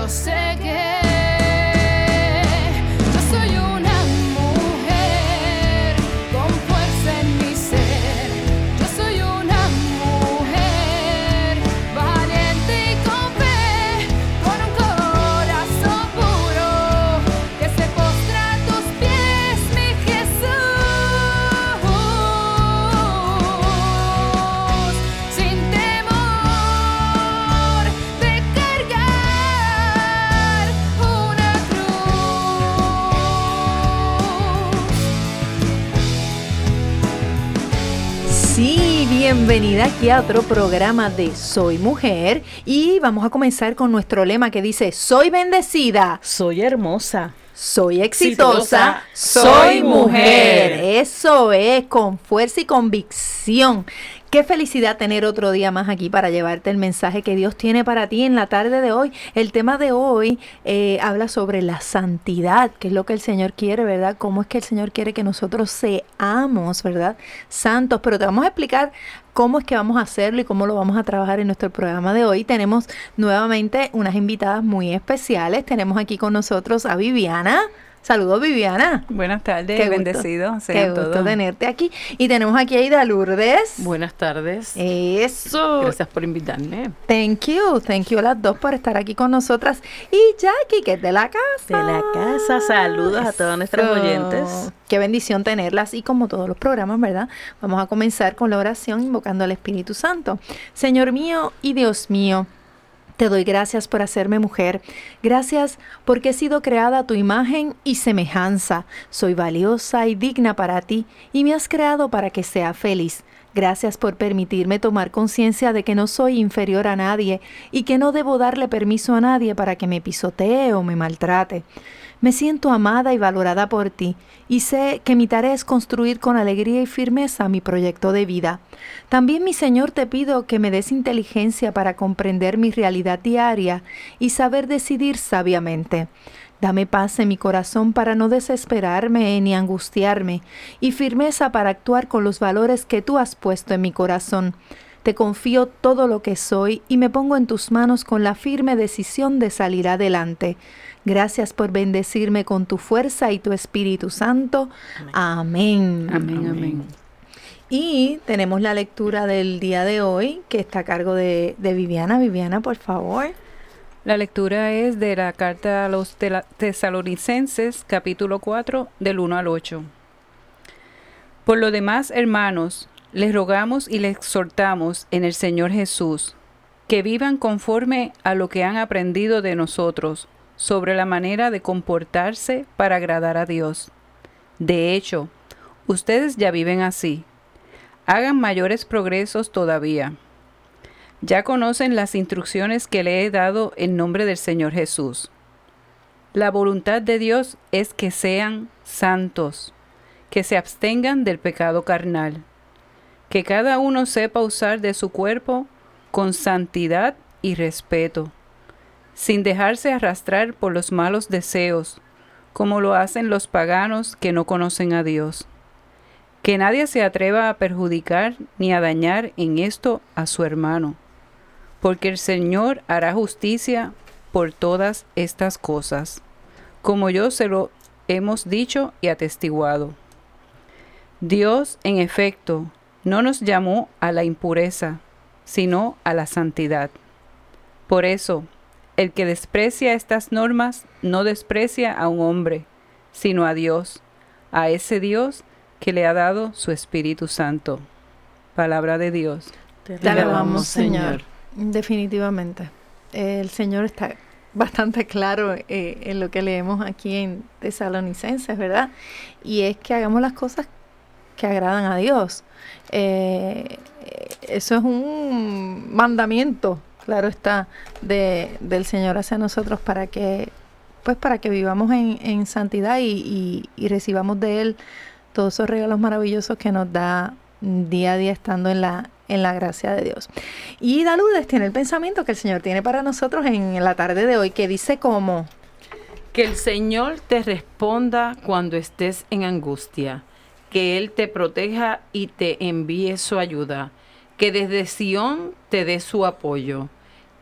yo sé que yo soy una mujer con fuerza en mi ser. Yo soy una mujer valiente y con fe, con un corazón puro que se postra a tus pies, mi Jesús, sin temor de cargar una cruz. Sí, bienvenida aquí a otro programa de Soy Mujer y vamos a comenzar con nuestro lema que dice: soy bendecida, Soy hermosa. soy exitosa, Exitosa, soy soy mujer. mujer. Eso es, con fuerza y convicción. Qué felicidad tener otro día más aquí para llevarte el mensaje que Dios tiene para ti en la tarde de hoy. El tema de hoy habla sobre la santidad, que es lo que el Señor quiere, ¿verdad? Cómo es que el Señor quiere que nosotros seamos, ¿verdad? Santos, pero te vamos a explicar cómo es que vamos a hacerlo y cómo lo vamos a trabajar en nuestro programa de hoy. Tenemos nuevamente unas invitadas muy especiales. Tenemos aquí con nosotros a Viviana. Saludos, Viviana. Buenas tardes, Qué gusto. bendecidos Qué sean gusto todos. tenerte aquí. Y tenemos aquí a Ida Lourdes. Buenas tardes. Eso. Gracias por invitarme. Thank you a las dos por estar aquí con nosotras. Y Jackie, que es de la casa. De la casa, saludos a todos nuestros Eso. oyentes. Qué bendición tenerlas. Y como todos los programas, ¿verdad? Vamos a comenzar con la oración invocando al Espíritu Santo. Señor mío y Dios mío, te doy gracias por hacerme mujer. Gracias porque he sido creada a tu imagen y semejanza. Soy valiosa y digna para ti y me has creado para que sea feliz. Gracias por permitirme tomar conciencia de que no soy inferior a nadie y que no debo darle permiso a nadie para que me pisotee o me maltrate. Me siento amada y valorada por ti y sé que mi tarea es construir con alegría y firmeza mi proyecto de vida. También, mi Señor, te pido que me des inteligencia para comprender mi realidad diaria y saber decidir sabiamente. Dame paz en mi corazón para no desesperarme ni angustiarme y firmeza para actuar con los valores que tú has puesto en mi corazón. Te confío todo lo que soy y me pongo en tus manos con la firme decisión de salir adelante. Gracias por bendecirme con tu fuerza y tu Espíritu Santo. Amén. Amén, amén. Y tenemos la lectura del día de hoy que está a cargo de Viviana. Viviana, por favor. La lectura es de la carta a los Tesalonicenses, capítulo 4, del 1 al 8. Por lo demás, hermanos, les rogamos y les exhortamos en el Señor Jesús, que vivan conforme a lo que han aprendido de nosotros, sobre la manera de comportarse para agradar a Dios. De hecho, ustedes ya viven así. Hagan mayores progresos todavía. Ya conocen las instrucciones que le he dado en nombre del Señor Jesús. La voluntad de Dios es que sean santos, que se abstengan del pecado carnal, que cada uno sepa usar de su cuerpo con santidad y respeto, sin dejarse arrastrar por los malos deseos, como lo hacen los paganos que no conocen a Dios. Que nadie se atreva a perjudicar ni a dañar en esto a su hermano, porque el Señor hará justicia por todas estas cosas, como yo se lo hemos dicho y atestiguado. Dios, en efecto, no nos llamó a la impureza, sino a la santidad. Por eso, el que desprecia estas normas no desprecia a un hombre, sino a Dios, a ese Dios que le ha dado su Espíritu Santo. Palabra de Dios. Te alabamos, Señor. Definitivamente. El Señor está bastante claro en lo que leemos aquí en Tesalonicenses, ¿verdad? Y es que hagamos las cosas que agradan a Dios. Eso es un mandamiento, claro está, del Señor hacia nosotros para que vivamos en santidad y recibamos de Él todos esos regalos maravillosos que nos da día a día estando en la gracia de Dios. Y Lourdes tiene el pensamiento que el Señor tiene para nosotros en la tarde de hoy, que dice como: que el Señor te responda cuando estés en angustia, que Él te proteja y te envíe su ayuda, que desde Sión te dé su apoyo,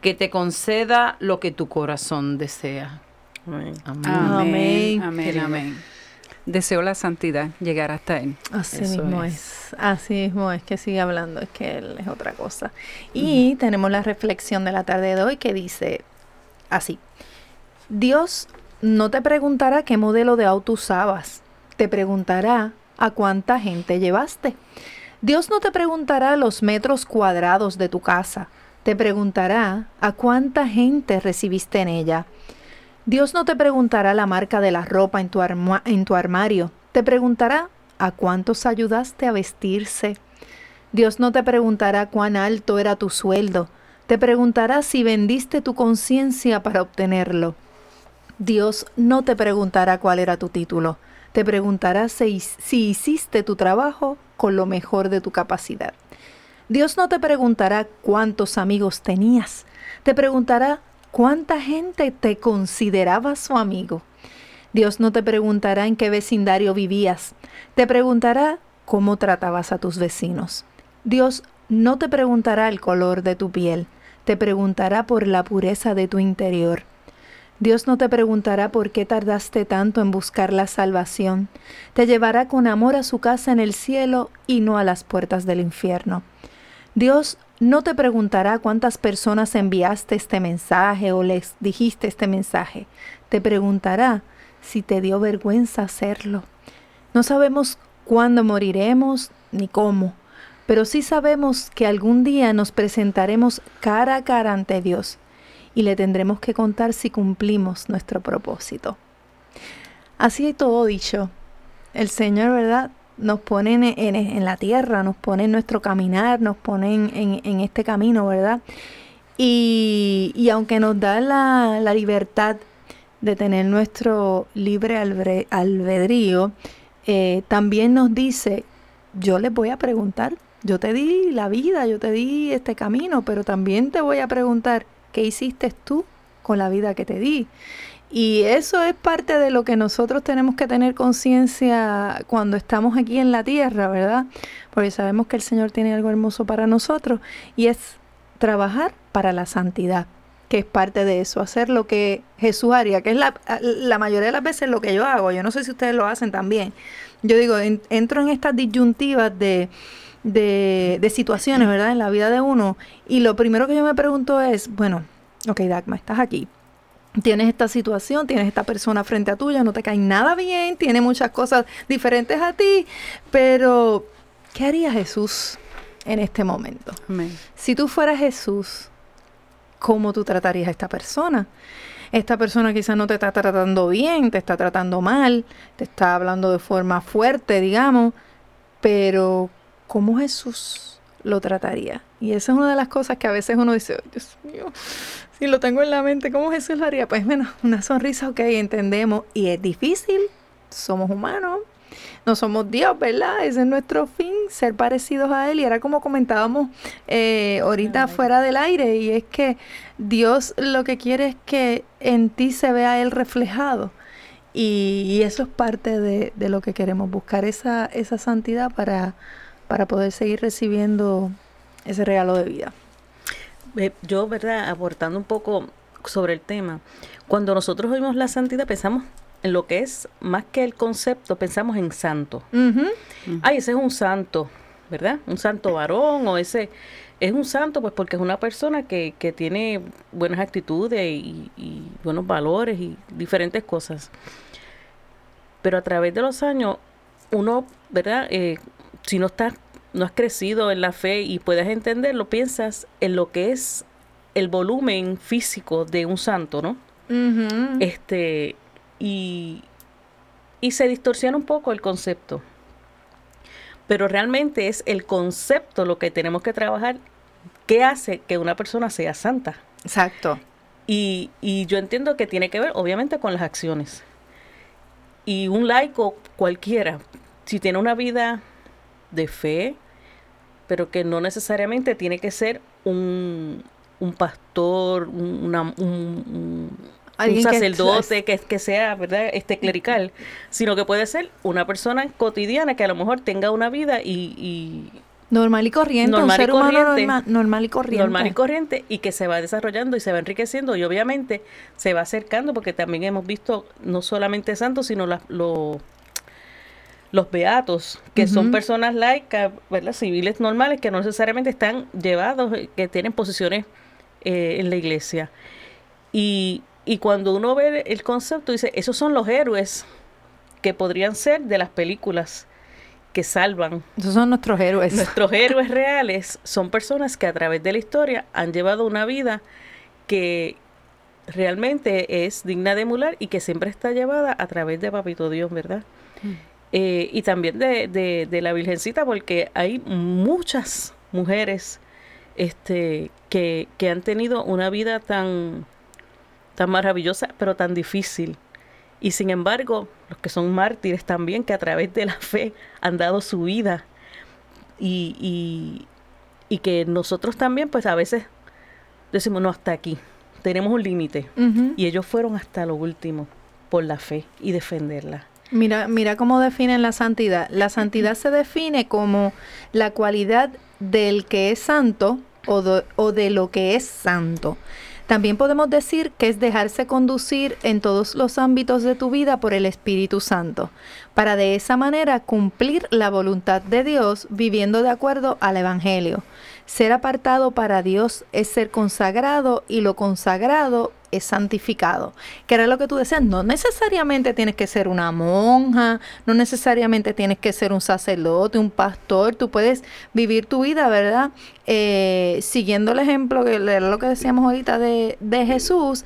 que te conceda lo que tu corazón desea. Amén. Amén. Amén. Amén, amén. Deseo la santidad, llegar hasta Él. Así Eso mismo es. es. Así mismo es que sigue hablando, es que Él es otra cosa. Y tenemos la reflexión de la tarde de hoy que dice así. Dios no te preguntará qué modelo de auto usabas. Te preguntará a cuánta gente llevaste. Dios no te preguntará los metros cuadrados de tu casa. Te preguntará a cuánta gente recibiste en ella. Dios no te preguntará la marca de la ropa en tu armario. Te preguntará a cuántos ayudaste a vestirse. Dios no te preguntará cuán alto era tu sueldo. Te preguntará si vendiste tu conciencia para obtenerlo. Dios no te preguntará cuál era tu título. Te preguntará si hiciste tu trabajo con lo mejor de tu capacidad. Dios no te preguntará cuántos amigos tenías. Te preguntará cuánta gente te consideraba su amigo. Dios no te preguntará en qué vecindario vivías. Te preguntará cómo tratabas a tus vecinos. Dios no te preguntará el color de tu piel. Te preguntará por la pureza de tu interior. Dios no te preguntará por qué tardaste tanto en buscar la salvación. Te llevará con amor a su casa en el cielo y no a las puertas del infierno. Dios no te preguntará cuántas personas enviaste este mensaje o les dijiste este mensaje. Te preguntará si te dio vergüenza hacerlo. No sabemos cuándo moriremos ni cómo, pero sí sabemos que algún día nos presentaremos cara a cara ante Dios y le tendremos que contar si cumplimos nuestro propósito. Así es todo dicho. El Señor, ¿verdad?, nos pone en la tierra, nos pone en nuestro caminar, nos pone en este camino, ¿verdad? Y aunque nos da la libertad de tener nuestro libre albedrío, también nos dice, yo les voy a preguntar, yo te di la vida, yo te di este camino, pero también te voy a preguntar, ¿qué hiciste tú con la vida que te di? Y eso es parte de lo que nosotros tenemos que tener conciencia cuando estamos aquí en la tierra, ¿verdad? Porque sabemos que el Señor tiene algo hermoso para nosotros y es trabajar para la santidad, que es parte de eso, hacer lo que Jesús haría, que es la mayoría de las veces lo que yo hago. Yo no sé si ustedes lo hacen también. Yo digo, entro en estas disyuntivas de situaciones, ¿verdad?, en la vida de uno, y lo primero que yo me pregunto es, bueno, ok, Dagma, estás aquí. Tienes esta situación, tienes esta persona frente a tuya, no te cae nada bien, tiene muchas cosas diferentes a ti, pero ¿qué haría Jesús en este momento? Amén. Si tú fueras Jesús, ¿cómo tú tratarías a esta persona? Esta persona quizás no te está tratando bien, te está tratando mal, te está hablando de forma fuerte, digamos, pero ¿cómo Jesús lo trataría? Y esa es una de las cosas que a veces uno dice, oh, Dios mío, si lo tengo en la mente, ¿cómo Jesús lo haría? Pues bueno, una sonrisa, ok, entendemos. Y es difícil, somos humanos, no somos Dios, ¿verdad? Ese es nuestro fin, ser parecidos a Él. Y era como comentábamos ahorita fuera del aire, y es que Dios lo que quiere es que en ti se vea Él reflejado. Y eso es parte de lo que queremos, buscar esa santidad para poder seguir recibiendo ese regalo de vida. Yo, ¿verdad?, aportando un poco sobre el tema, cuando nosotros oímos la santidad pensamos en lo que es, más que el concepto, pensamos en santo. Ay, ese es un santo, ¿verdad? Un santo varón, o ese es un santo pues porque es una persona que tiene buenas actitudes y buenos valores y diferentes cosas. Pero a través de los años, uno, ¿verdad?, si no has crecido en la fe y puedes entenderlo, piensas en lo que es el volumen físico de un santo, ¿no? Y se distorsiona un poco el concepto. Pero realmente es el concepto lo que tenemos que trabajar, que hace que una persona sea santa. Exacto. Y yo entiendo que tiene que ver, obviamente, con las acciones. Y un laico cualquiera, si tiene una vida de fe, pero que no necesariamente tiene que ser un pastor, un sacerdote que sea, ¿verdad?, clerical, sino que puede ser una persona cotidiana que a lo mejor tenga una vida y Normal y corriente, Normal un y ser humano corriente. normal y corriente. Normal y corriente, y que se va desarrollando y se va enriqueciendo, y obviamente se va acercando, porque también hemos visto no solamente santos, sino los beatos, que son personas laicas, ¿verdad? Civiles normales, que no necesariamente están llevados, que tienen posiciones en la iglesia. Y cuando uno ve el concepto, dice, esos son los héroes que podrían ser de las películas que salvan. Esos son nuestros héroes. Nuestros héroes reales son personas que a través de la historia han llevado una vida que realmente es digna de emular y que siempre está llevada a través de Papito Dios, ¿verdad? Y también de la Virgencita, porque hay muchas mujeres que han tenido una vida tan maravillosa, pero tan difícil. Y sin embargo, los que son mártires también, que a través de la fe han dado su vida. Y que nosotros también, pues a veces decimos, no, hasta aquí, tenemos un límite. Y ellos fueron hasta lo último por la fe y defenderla. Mira cómo definen la santidad. La santidad se define como la cualidad del que es santo o de lo que es santo. También podemos decir que es dejarse conducir en todos los ámbitos de tu vida por el Espíritu Santo, para de esa manera cumplir la voluntad de Dios viviendo de acuerdo al Evangelio. Ser apartado para Dios es ser consagrado, y lo consagrado es santificado. Que era lo que tú decías, no necesariamente tienes que ser una monja, no necesariamente tienes que ser un sacerdote, un pastor. Tú puedes vivir tu vida, ¿verdad? Siguiendo el ejemplo, que era lo que decíamos ahorita de Jesús,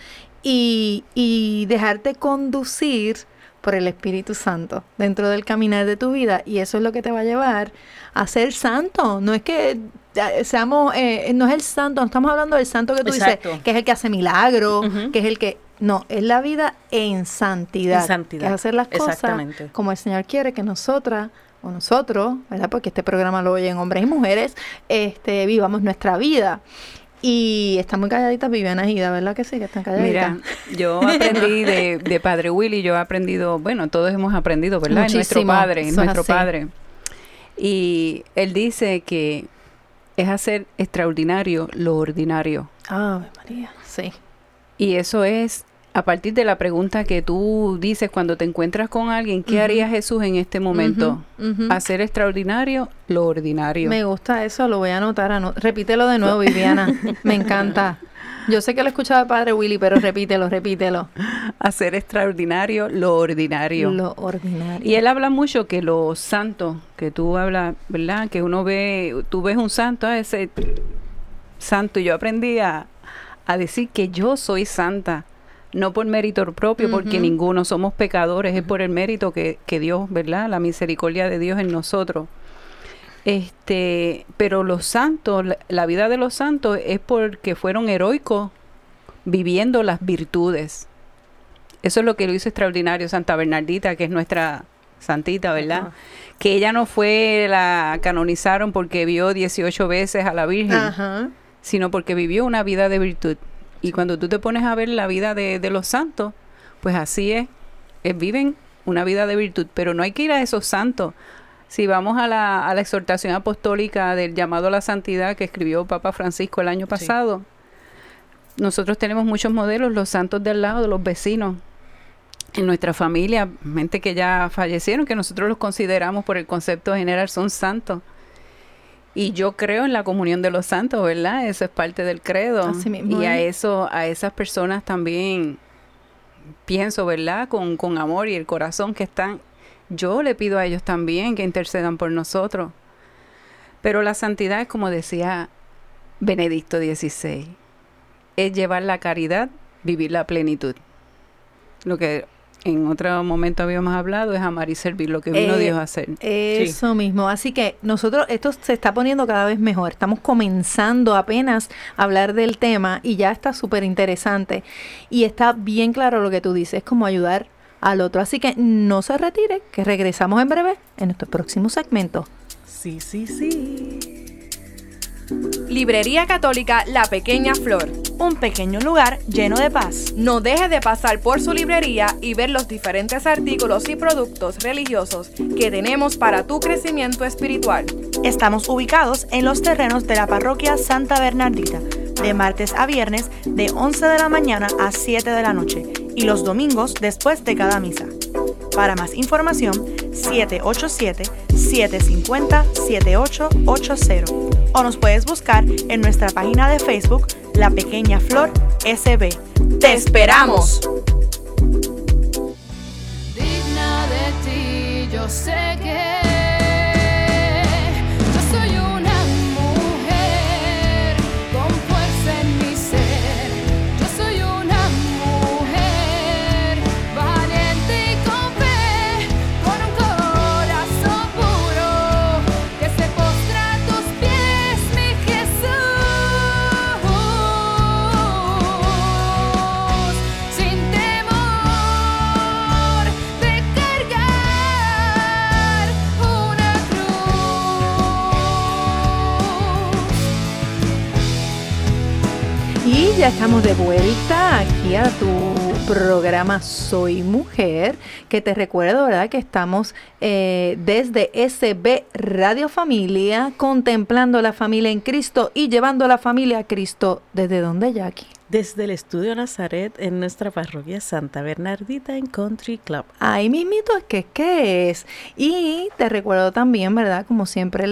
y dejarte conducir por el Espíritu Santo dentro del caminar de tu vida, y eso es lo que te va a llevar a ser santo. No es que seamos, no es el santo, no estamos hablando del santo que tú Exacto. dices, que es el que hace milagros, que es el que, no, es la vida en santidad, En santidad, que es hacer las cosas exactamente. como el Señor quiere que nosotras o nosotros, ¿verdad? Porque este programa lo oyen hombres y mujeres, vivamos nuestra vida. Y está muy calladita Viviana Gida, ¿verdad que sí? Que están calladitas. Mira, yo aprendí de Padre Willy, yo he aprendido, bueno, todos hemos aprendido, ¿verdad? Muchísimo, Es nuestro así. padre. Y él dice que es hacer extraordinario lo ordinario. Ave María, sí. Y eso es a partir de la pregunta que tú dices cuando te encuentras con alguien, ¿qué haría Jesús en este momento? Hacer extraordinario lo ordinario. Me gusta eso, lo voy a anotar. Repítelo de nuevo, Viviana. Me encanta. Yo sé que lo escuchaba el Padre Willy, pero repítelo. Hacer extraordinario lo ordinario. Lo ordinario. Y él habla mucho que los santos, que tú hablas, ¿verdad? Que uno ve, tú ves un santo, ese santo. Y yo aprendí a decir que yo soy santa. No por mérito propio, porque ninguno somos pecadores, es por el mérito que Dios, ¿verdad? La misericordia de Dios en nosotros. Pero los santos, la vida de los santos es porque fueron heroicos viviendo las virtudes. Eso es lo que lo hizo extraordinario Santa Bernardita, que es nuestra santita, ¿verdad? Que ella no fue, la canonizaron porque vio 18 veces a la Virgen, sino porque vivió una vida de virtud. Y cuando tú te pones a ver la vida de los santos, pues así es, viven una vida de virtud, pero no hay que ir a esos santos. Si vamos a la exhortación apostólica del llamado a la santidad que escribió Papa Francisco el año pasado, nosotros tenemos muchos modelos, los santos del lado, de los vecinos, en nuestra familia, gente que ya fallecieron, que nosotros los consideramos por el concepto general, son santos. Y yo creo en la comunión de los santos, ¿verdad? Eso es parte del credo. Así mismo Y es. a esas personas también pienso, ¿verdad? Con amor y el corazón que están. Yo le pido a ellos también que intercedan por nosotros. Pero la santidad es, como decía Benedicto XVI, es llevar la caridad, vivir la plenitud. Lo que en otro momento habíamos hablado es amar y servir, lo que vino Dios a hacer. Eso mismo. Así que nosotros, esto se está poniendo cada vez mejor. Estamos comenzando apenas a hablar del tema y ya está súper interesante. Y está bien claro lo que tú dices, es como ayudar al otro. Así que no se retire, que regresamos en breve en nuestro próximo segmento. Sí, sí, sí. Librería Católica La Pequeña Flor. Un pequeño lugar lleno de paz. No deje de pasar por su librería y ver los diferentes artículos y productos religiosos que tenemos para tu crecimiento espiritual. Estamos ubicados en los terrenos de la parroquia Santa Bernardita, de martes a viernes de 11 de la mañana a 7 de la noche y los domingos después de cada misa. Para más información, 787-750-7880 o nos puedes buscar en nuestra página de Facebook La Pequeña Flor SB. ¡Te esperamos! Digna de ti, yo sé que yo soy una mujer con fuerza en mi ser. Yo soy una mujer valiente y con fe, con un corazón puro que se postra a tus pies, mi Jesús, sin temor de cargar una cruz. Y ya estamos de vuelta aquí a tu programa Soy Mujer, que te recuerdo, ¿verdad?, que estamos desde SB Radio Familia, contemplando la familia en Cristo y llevando a la familia a Cristo. ¿Desde dónde, Jackie? Desde el Estudio Nazaret en nuestra parroquia Santa Bernardita en Country Club. Ahí mismito es que es. Y te recuerdo también, ¿verdad?, como siempre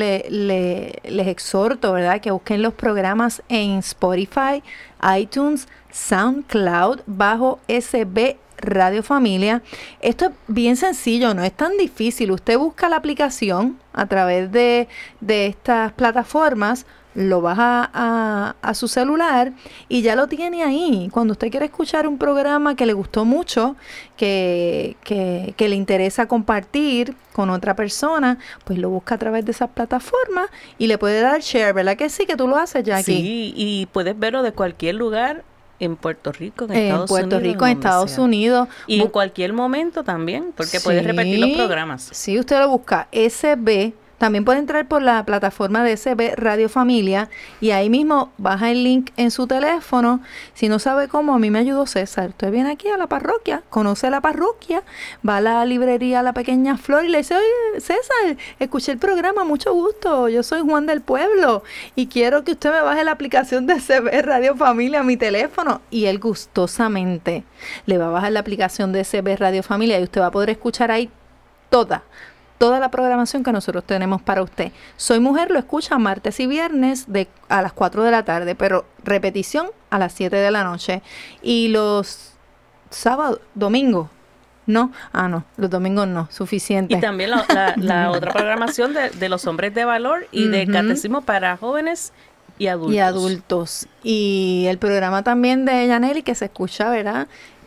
les exhorto, ¿verdad?, que busquen los programas en Spotify, iTunes, SoundCloud, bajo SB Radio Familia. Esto es bien sencillo, no es tan difícil. Usted busca la aplicación a través de estas plataformas, lo baja a su celular y ya lo tiene ahí. Cuando usted quiere escuchar un programa que le gustó mucho, que le interesa compartir con otra persona, pues lo busca a través de esas plataformas y le puede dar share, ¿verdad que sí? Que tú lo haces, Jackie. Sí, y puedes verlo de cualquier lugar en Puerto Rico, en Estados Unidos. En Puerto Rico, en Estados Unidos. Y en cualquier momento también, porque puedes repetir los programas. Sí, usted lo busca SB. También puede entrar por la plataforma de SB Radio Familia y ahí mismo baja el link en su teléfono. Si no sabe cómo, a mí me ayudó César. Usted viene aquí a la parroquia, conoce la parroquia, va a la librería La Pequeña Flor y le dice: oye, César, escuché el programa, mucho gusto, yo soy Juan del Pueblo y quiero que usted me baje la aplicación de SB Radio Familia a mi teléfono. Y él gustosamente le va a bajar la aplicación de SB Radio Familia y usted va a poder escuchar ahí toda la programación que nosotros tenemos para usted. Soy Mujer lo escucha martes y viernes a las 4 de la tarde, pero repetición a las 7 de la noche. Y los sábados, domingos, ¿no? No, los domingos no, suficiente. Y también la otra programación de los hombres de valor y de catecismo para jóvenes y adultos. Y el programa también de Yaneli que se escucha, ¿verdad?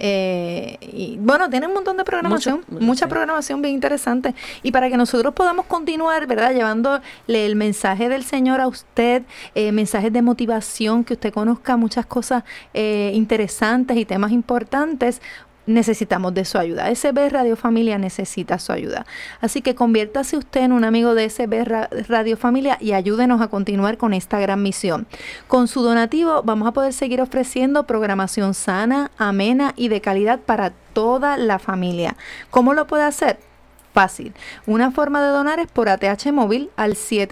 Y bueno, tiene un montón de programación, mucha programación bien interesante. Y para que nosotros podamos continuar, ¿verdad?, llevándole el mensaje del Señor a usted, mensajes de motivación, que usted conozca muchas cosas interesantes y temas importantes, necesitamos de su ayuda. SB Radio Familia necesita su ayuda. Así que conviértase usted en un amigo de SB Radio Familia y ayúdenos a continuar con esta gran misión. Con su donativo vamos a poder seguir ofreciendo programación sana, amena y de calidad para toda la familia. ¿Cómo lo puede hacer? Fácil. Una forma de donar es por ATH móvil al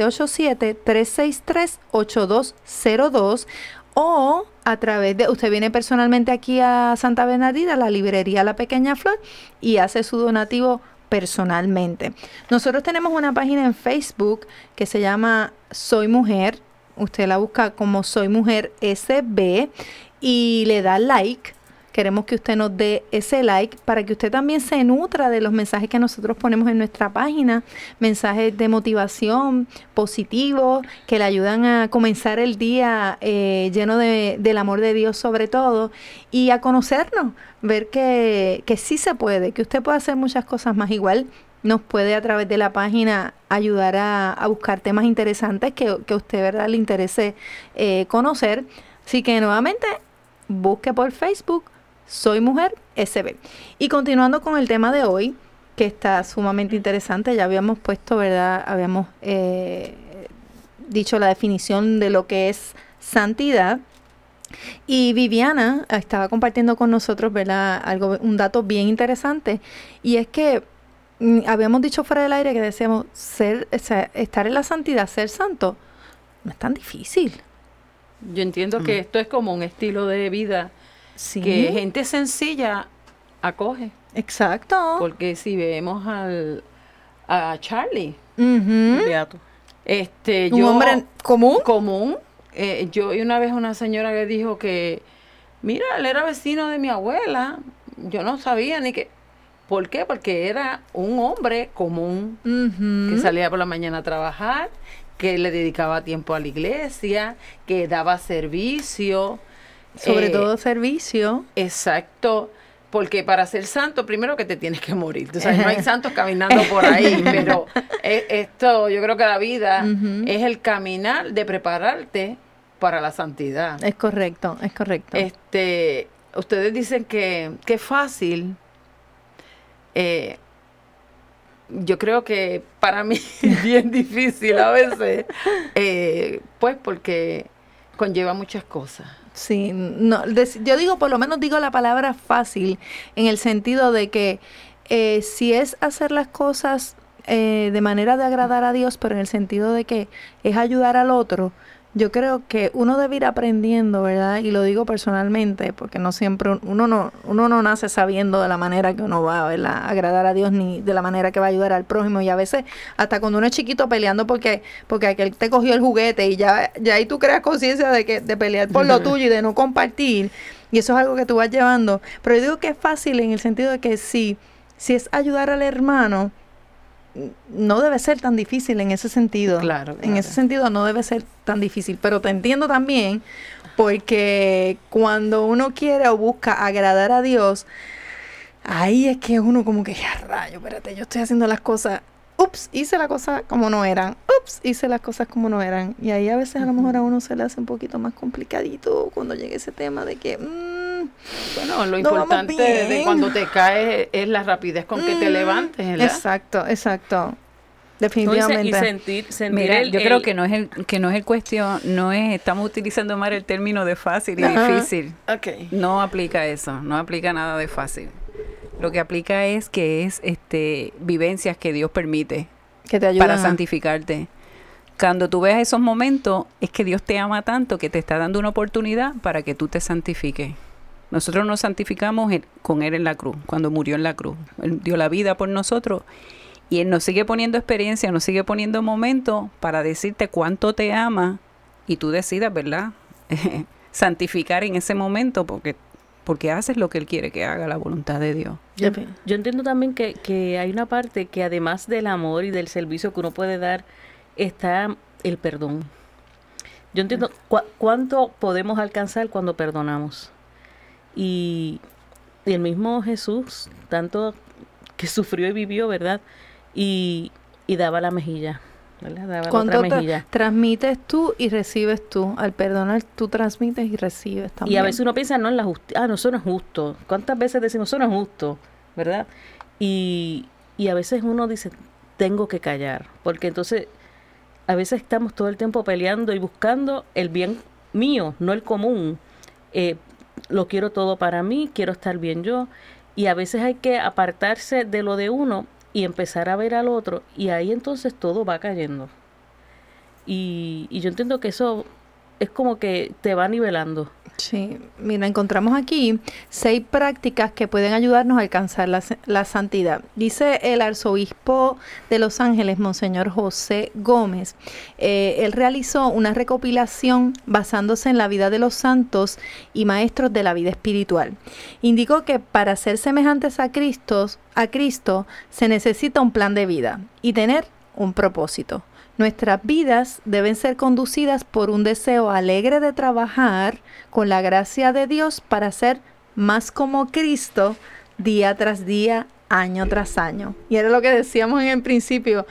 787-363-8202 o a través de, usted viene personalmente aquí a Santa Bernardita, a la librería La Pequeña Flor, y hace su donativo personalmente. Nosotros tenemos una página en Facebook que se llama Soy Mujer. Usted la busca como Soy Mujer SB y le da like. Queremos que usted nos dé ese like para que usted también se nutra de los mensajes que nosotros ponemos en nuestra página, mensajes de motivación positivos que le ayudan a comenzar el día lleno del amor de Dios sobre todo y a conocernos, ver que sí se puede, que usted puede hacer muchas cosas más. Igual nos puede a través de la página ayudar a buscar temas interesantes que a usted, ¿verdad?, le interese conocer. Así que nuevamente busque por Facebook Soy Mujer SB. Y continuando con el tema de hoy, que está sumamente interesante, ya habíamos puesto, ¿verdad?, habíamos dicho la definición de lo que es santidad. Y Viviana estaba compartiendo con nosotros, ¿verdad?, un dato bien interesante, y es que habíamos dicho fuera del aire que decíamos estar en la santidad, ser santo, no es tan difícil. Yo entiendo que esto es como un estilo de vida Sí. que gente sencilla acoge. Exacto. Porque si vemos a Charlie, Ujú. Beato. Un hombre común. Yo y una vez una señora que dijo que, mira, él era vecino de mi abuela. Yo no sabía ni que... ¿Por qué? Porque era un hombre común que salía por la mañana a trabajar, que le dedicaba tiempo a la iglesia, que daba servicio. Sobre todo servicio. Exacto. Porque para ser santo, primero que te tienes que morir. O sea, no hay santos caminando por ahí, pero esto, yo creo que la vida es el caminar de prepararte para la santidad. Es correcto, es correcto. Ustedes dicen que es fácil. Yo creo que para mí es bien difícil a veces, pues porque conlleva muchas cosas. Sí, no, yo digo, por lo menos digo la palabra fácil, en el sentido de que si es hacer las cosas de manera de agradar a Dios, pero en el sentido de que es ayudar al otro, yo creo que uno debe ir aprendiendo, ¿verdad? Y lo digo personalmente, porque no siempre, uno no nace sabiendo de la manera que uno va, ¿verdad?, a agradar a Dios, ni de la manera que va a ayudar al prójimo. Y a veces, hasta cuando uno es chiquito peleando porque aquel te cogió el juguete, y ya ahí tú creas conciencia de pelear por lo tuyo y de no compartir. Y eso es algo que tú vas llevando. Pero yo digo que es fácil en el sentido de que si es ayudar al hermano, no debe ser tan difícil en ese sentido. Claro. En ese sentido no debe ser tan difícil, pero te entiendo también, porque cuando uno quiere o busca agradar a Dios, ahí es que uno como que, ya rayo, espérate, yo estoy haciendo las cosas, hice las cosas como no eran, hice las cosas como no eran, y ahí a veces a lo mejor a uno se le hace un poquito más complicadito cuando llegue ese tema de que, bueno, lo no importante vamos bien. de cuando te caes es la rapidez con que te levantes, ¿verdad? Exacto. Definitivamente. Y sentir Mira, yo creo que no es el cuestión, estamos utilizando mal el término de fácil y difícil. Okay. No aplica eso, no aplica nada de fácil. Lo que aplica es que es vivencias que Dios permite que te ayudan para santificarte. Cuando tú ves esos momentos, es que Dios te ama tanto que te está dando una oportunidad para que tú te santifiques. Nosotros nos santificamos con Él en la cruz, cuando murió en la cruz. Él dio la vida por nosotros. Y Él nos sigue poniendo experiencia, nos sigue poniendo momentos para decirte cuánto te ama, y tú decidas, ¿verdad?, santificar en ese momento porque haces lo que Él quiere que haga, la voluntad de Dios. Yo entiendo también que hay una parte que además del amor y del servicio que uno puede dar, está el perdón. Yo entiendo cuánto podemos alcanzar cuando perdonamos. Y el mismo Jesús, tanto que sufrió y vivió, ¿verdad?, y daba la mejilla, ¿verdad? Daba la otra mejilla. Transmites tú y recibes tú. Al perdonar, tú transmites y recibes también. Y a veces uno piensa, no, en la justicia, no, eso no es justo. ¿Cuántas veces decimos, eso no es justo, ¿verdad? Y a veces uno dice, tengo que callar, porque entonces a veces estamos todo el tiempo peleando y buscando el bien mío, no el común. Lo quiero todo para mí, quiero estar bien yo, y a veces hay que apartarse de lo de uno y empezar a ver al otro, y ahí entonces todo va cayendo. Y yo entiendo que eso es como que te va nivelando. Sí, mira, encontramos aquí 6 prácticas que pueden ayudarnos a alcanzar la santidad. Dice el arzobispo de Los Ángeles, Monseñor José Gómez. Él realizó una recopilación basándose en la vida de los santos y maestros de la vida espiritual. Indicó que para ser semejantes a Cristo se necesita un plan de vida y tener un propósito. Nuestras vidas deben ser conducidas por un deseo alegre de trabajar con la gracia de Dios para ser más como Cristo día tras día, año tras año. Y era lo que decíamos en el principio,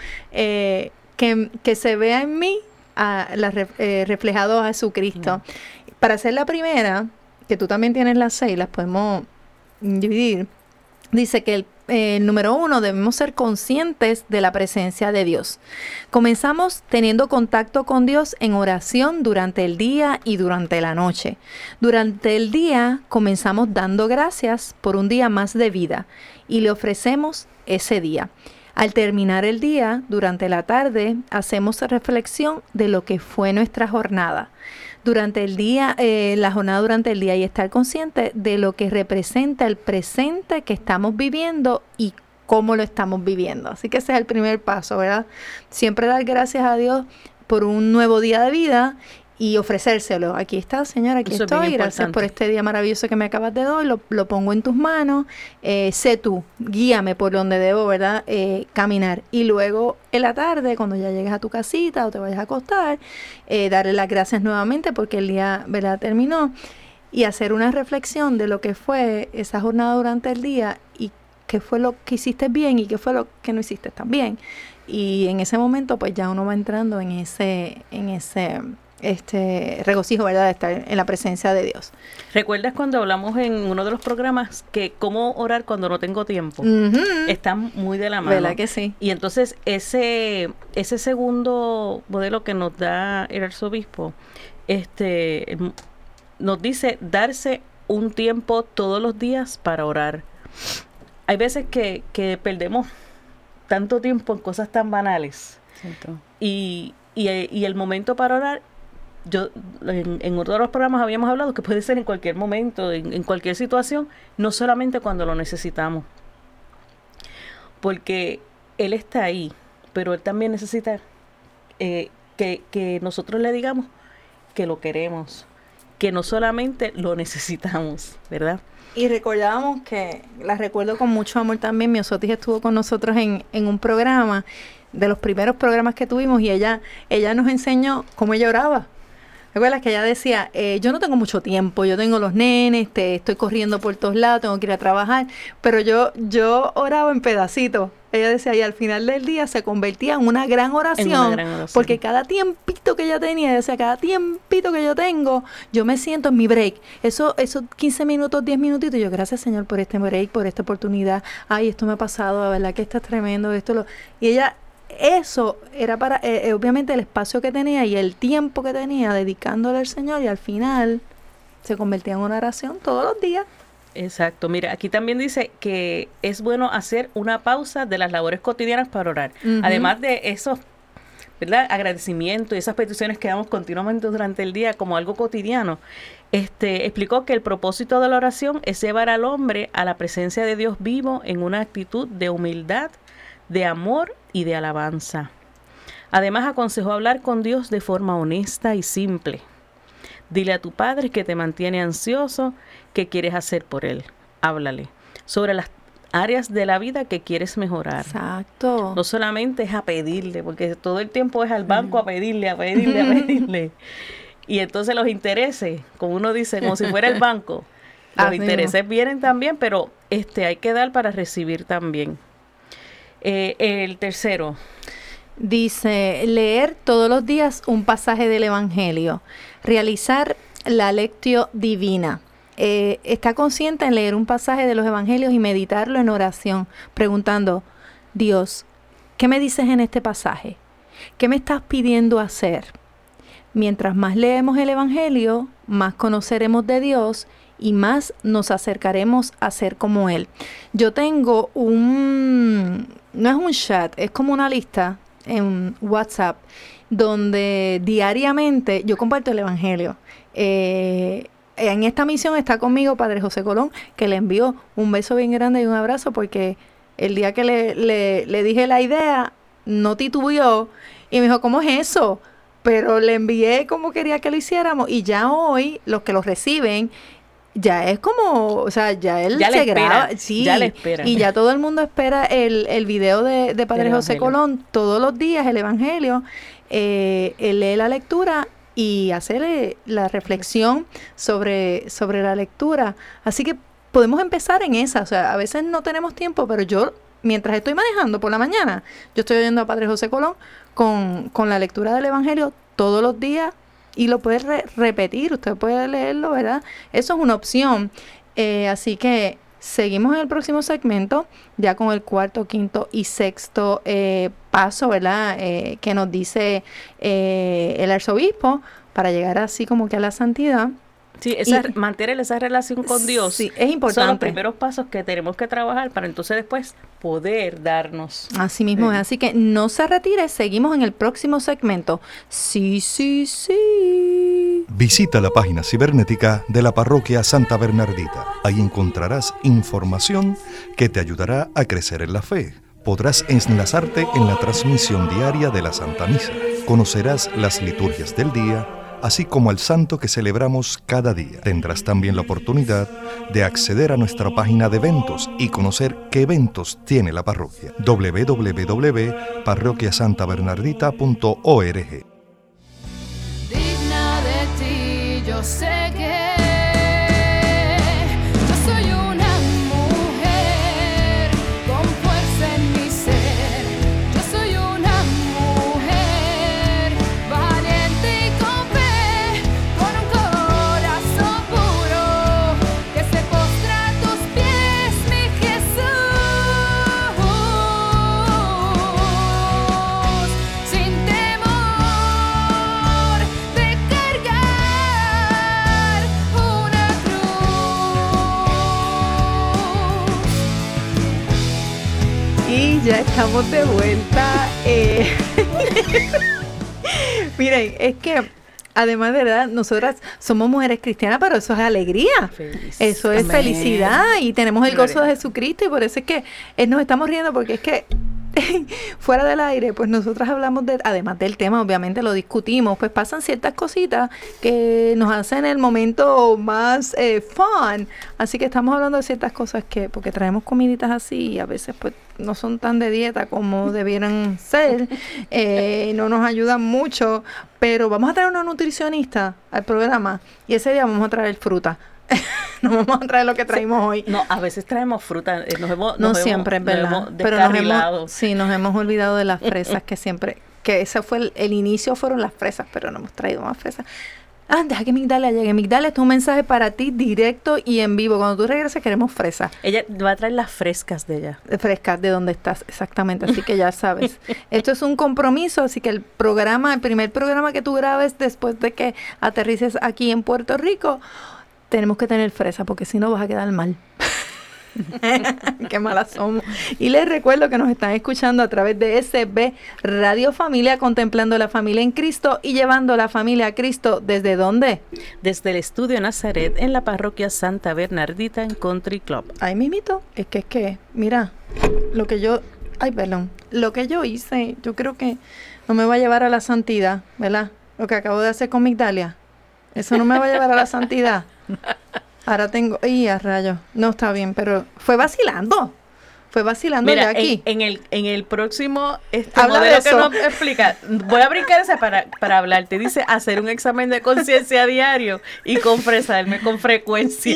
que se vea en mí reflejado a Jesucristo. Para hacer la primera, que tú también tienes las 6, las podemos dividir. Dice que número 1, debemos ser conscientes de la presencia de Dios. Comenzamos teniendo contacto con Dios en oración durante el día y durante la noche. Durante el día comenzamos dando gracias por un día más de vida y le ofrecemos ese día. Al terminar el día, durante la tarde, hacemos reflexión de lo que fue nuestra jornada. Durante el día, la jornada durante el día, y estar consciente de lo que representa el presente que estamos viviendo y cómo lo estamos viviendo. Así que ese es el primer paso, ¿verdad? Siempre dar gracias a Dios por un nuevo día de vida y ofrecérselo. Aquí está, Señor, aquí Eso es bien estoy. Gracias importante. por este día maravilloso que me acabas de dar. Lo pongo en tus manos. Sé tú, guíame por donde debo, ¿verdad? Caminar. Y luego en la tarde, cuando ya llegues a tu casita o te vayas a acostar, darle las gracias nuevamente porque el día, ¿verdad?, terminó. Y hacer una reflexión de lo que fue esa jornada durante el día y qué fue lo que hiciste bien y qué fue lo que no hiciste tan bien. Y en ese momento, pues ya uno va entrando en ese regocijo, ¿verdad?, de estar en la presencia de Dios. ¿Recuerdas cuando hablamos en uno de los programas que cómo orar cuando no tengo tiempo? Están muy de la mano. ¿Verdad que sí? Y entonces ese segundo modelo que nos da el arzobispo, nos dice darse un tiempo todos los días para orar. Hay veces que perdemos tanto tiempo en cosas tan banales. Cierto. Y el momento para orar, yo en otro de los programas habíamos hablado que puede ser en cualquier momento, en cualquier situación, no solamente cuando lo necesitamos. Porque Él está ahí, pero Él también necesita que nosotros le digamos que lo queremos, que no solamente lo necesitamos, ¿verdad? Y recordábamos que, la recuerdo con mucho amor también, mi Osotis estuvo con nosotros en un programa, de los primeros programas que tuvimos, y ella nos enseñó cómo ella oraba. ¿Recuerdas que ella decía, yo no tengo mucho tiempo, yo tengo los nenes, estoy corriendo por todos lados, tengo que ir a trabajar, pero yo oraba en pedacitos. Ella decía, y al final del día se convertía en una gran oración, porque cada tiempito que ella tenía, ella decía, cada tiempito que yo tengo, yo me siento en mi break. Esos 15 minutos, 10 minutitos, yo, gracias, Señor, por este break, por esta oportunidad. Ay, esto me ha pasado, la verdad que esto es tremendo, y ella... Eso era para, obviamente, el espacio que tenía y el tiempo que tenía dedicándole al Señor, y al final se convertía en una oración todos los días. Exacto. Mira, aquí también dice que es bueno hacer una pausa de las labores cotidianas para orar. Además de esos, ¿verdad?, agradecimientos y esas peticiones que damos continuamente durante el día como algo cotidiano. Explicó que el propósito de la oración es llevar al hombre a la presencia de Dios vivo en una actitud de humildad, de amor y de alabanza. Además, aconsejó hablar con Dios de forma honesta y simple. Dile a tu padre que te mantiene ansioso, qué quieres hacer por él. Háblale sobre las áreas de la vida que quieres mejorar. Exacto. No solamente es a pedirle, porque todo el tiempo es al banco a pedirle. Y entonces los intereses, como uno dice, como si fuera el banco, los intereses vienen también, pero hay que dar para recibir también. El tercero. Dice, leer todos los días un pasaje del Evangelio. Realizar la lectio divina. Está consciente en leer un pasaje de los Evangelios y meditarlo en oración, preguntando, Dios, ¿qué me dices en este pasaje? ¿Qué me estás pidiendo hacer? Mientras más leemos el Evangelio, más conoceremos de Dios y más nos acercaremos a ser como Él. Yo tengo no es un chat, es como una lista en WhatsApp, donde diariamente yo comparto el Evangelio. En esta misión está conmigo Padre José Colón, que le envío un beso bien grande y un abrazo, porque el día que le dije la idea, no titubeó y me dijo, ¿cómo es eso? Pero le envié como quería que lo hiciéramos, y ya hoy los que lo reciben, ya es como, o sea, ya él ya se graba, sí, ya le espera. Y ya todo el mundo espera el video de Padre José Colón todos los días, el Evangelio. Él lee la lectura y hace la reflexión sobre la lectura. Así que podemos empezar en esa. O sea, a veces no tenemos tiempo, pero yo, mientras estoy manejando por la mañana, yo estoy oyendo a Padre José Colón con la lectura del Evangelio todos los días. Y lo puede repetir, usted puede leerlo, ¿verdad? Eso es una opción. Así que Seguimos en el próximo segmento, ya con el cuarto, quinto y sexto paso, ¿verdad? Que nos dice el arzobispo para llegar así como que a la santidad. Sí, mantener esa relación con Dios. Sí, es importante. Son los primeros pasos que tenemos que trabajar para entonces después poder darnos. Así mismo es. Así que no se retire, seguimos en el próximo segmento. Sí, sí, sí. Visita la página cibernética de la Parroquia Santa Bernardita. Ahí encontrarás información que te ayudará a crecer en la fe. Podrás enlazarte en la transmisión diaria de la Santa Misa. Conocerás las liturgias del día, así como al santo que celebramos cada día. Tendrás también la oportunidad de acceder a nuestra página de eventos y conocer qué eventos tiene la parroquia. www.parroquiasantabernardita.org. Digna de ti, yo sé que yo soy una mujer con fuerza en mi ser. Yo soy una mujer valiente y con fe, con un corazón puro que se postra a tus pies, mi Jesús, sin temor de cargar una cruz. Y ya estamos de vuelta. Miren, es que además de verdad, nosotras somos mujeres cristianas, pero eso es alegría. Feliz. Eso es Amén. felicidad y tenemos el gozo Gloria. de Jesucristo y por eso es que nos estamos riendo porque es que fuera del aire, pues nosotras hablamos además del tema, obviamente lo discutimos, pues pasan ciertas cositas que nos hacen el momento más fun, así que estamos hablando de ciertas cosas porque traemos comiditas así y a veces pues no son tan de dieta como debieran ser, no nos ayudan mucho, pero vamos a traer una nutricionista al programa y ese día vamos a traer fruta. No vamos a traer lo que traímos hoy. No, a veces traemos fruta. No siempre, es verdad. Nos Pero hemos nos hemos olvidado de las fresas que siempre, que ese fue el inicio, fueron las fresas, pero no hemos traído más fresas. Deja que Migdalia llegue. Migdalia, esto es un mensaje para ti directo y en vivo. Cuando tú regreses queremos fresas. Ella va a traer las frescas de ella. Frescas de donde estás, exactamente. Así que ya sabes. Esto es un compromiso, así que el primer programa que tú grabes después de que aterrices aquí en Puerto Rico, tenemos que tener fresa porque si no vas a quedar mal. Qué malas somos. Y les recuerdo que nos están escuchando a través de SB Radio Familia, contemplando la familia en Cristo y llevando la familia a Cristo. ¿Desde dónde? Desde el Estudio Nazaret en la Parroquia Santa Bernardita en Country Club. Ahí mismito. Es que, mira, lo que yo hice, yo creo que no me va a llevar a la santidad, ¿verdad? Lo que acabo de hacer con Migdalia. Eso no me va a llevar a la santidad. Ahora tengo... ¡Ay, a rayos! No está bien, pero fue vacilando. Mira, ya aquí. en el próximo Habla modelo de que eso. nos explica, voy a brincar esa para hablarte. Dice hacer un examen de conciencia diario y confesarme con frecuencia.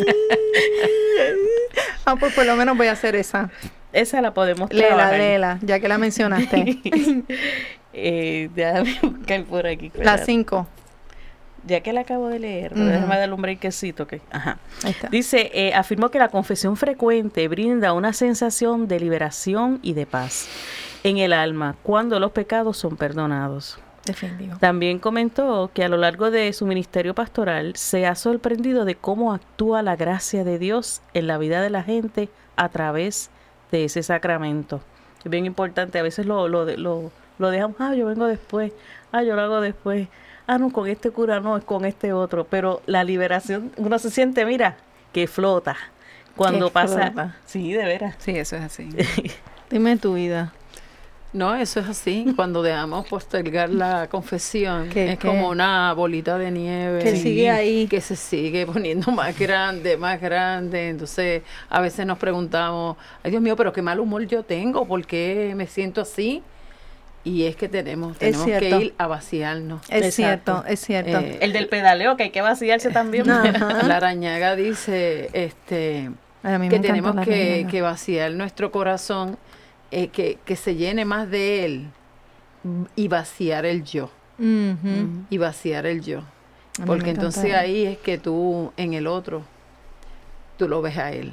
Pues por lo menos voy a hacer esa. Esa la podemos trabajar. Léela, ya que la mencionaste. Déjame buscar por aquí. Las 5. Ya que la acabo de leer, Ujú. déjame darle un breakcito. Ajá. Ahí está. Dice, afirmó que la confesión frecuente brinda una sensación de liberación y de paz en el alma cuando los pecados son perdonados. Definitivo. También comentó que a lo largo de su ministerio pastoral se ha sorprendido de cómo actúa la gracia de Dios en la vida de la gente a través de ese sacramento. Es bien importante, a veces lo dejamos, yo vengo después, yo lo hago después, no, con este cura no, es con este otro, pero la liberación, uno se siente, mira, que flota cuando Que pasa. flota. Sí, de veras. Sí, eso es así. Dime tu vida. No, eso es así. Cuando dejamos postergar la confesión, ¿Qué, es qué? como una bolita de nieve. Que sigue ahí. Que se sigue poniendo más grande, más grande. Entonces, a veces nos preguntamos, ay Dios mío, pero qué mal humor yo tengo, ¿por qué me siento así? Y es que tenemos que cierto. ir a vaciarnos. Es Exacto. cierto. El del pedaleo, que hay que vaciarse también. Ajá. La arañaga dice A mí me que encanta tenemos la que reina. vaciar nuestro corazón, que se llene más de él y vaciar el yo. Ujú. Y vaciar el yo. A mí me Porque encanta entonces él. ahí es que tú en el otro, tú lo ves a él.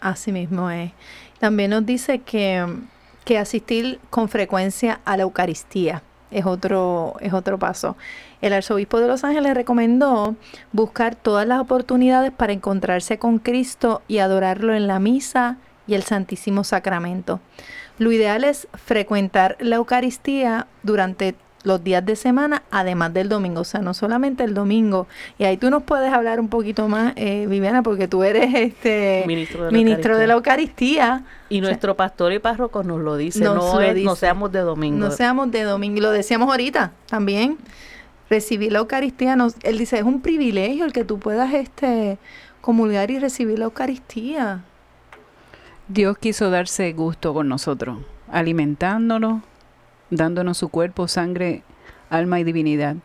Así mismo es. También nos dice que asistir con frecuencia a la Eucaristía es otro paso. El arzobispo de Los Ángeles recomendó buscar todas las oportunidades para encontrarse con Cristo y adorarlo en la misa y el Santísimo Sacramento. Lo ideal es frecuentar la Eucaristía durante los días de semana, además del domingo, o sea, no solamente el domingo. Y ahí tú nos puedes hablar un poquito más, Viviana, porque tú eres ministro de la Eucaristía. Y nuestro pastor y párroco nos lo dice, no seamos de domingo. No seamos de domingo, y lo decíamos ahorita también. Recibir la Eucaristía, él dice, es un privilegio el que tú puedas comulgar y recibir la Eucaristía. Dios quiso darse gusto con nosotros, alimentándonos, dándonos su cuerpo, sangre, alma y divinidad.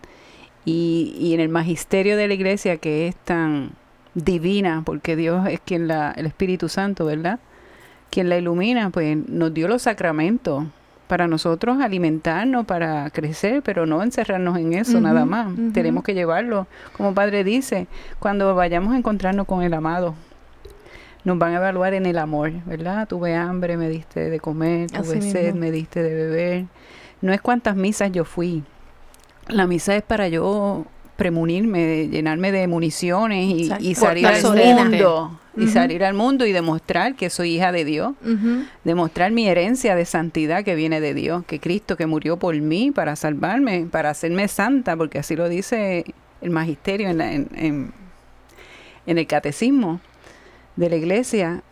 Y en el magisterio de la Iglesia, que es tan divina, porque Dios es quien el Espíritu Santo, ¿verdad?, quien la ilumina, pues nos dio los sacramentos para nosotros alimentarnos, para crecer, pero no encerrarnos en eso nada más. Tenemos que llevarlo, como Padre dice, cuando vayamos a encontrarnos con el amado. Nos van a evaluar en el amor, ¿verdad? Tuve hambre, me diste de comer, tuve sed, me diste de beber. No es cuántas misas yo fui. La misa es para yo premunirme, llenarme de municiones y salir al mundo. Y salir al mundo y demostrar que soy hija de Dios. Demostrar mi herencia de santidad que viene de Dios. Que Cristo que murió por mí para salvarme, para hacerme santa, porque así lo dice el magisterio en el catecismo de la Iglesia,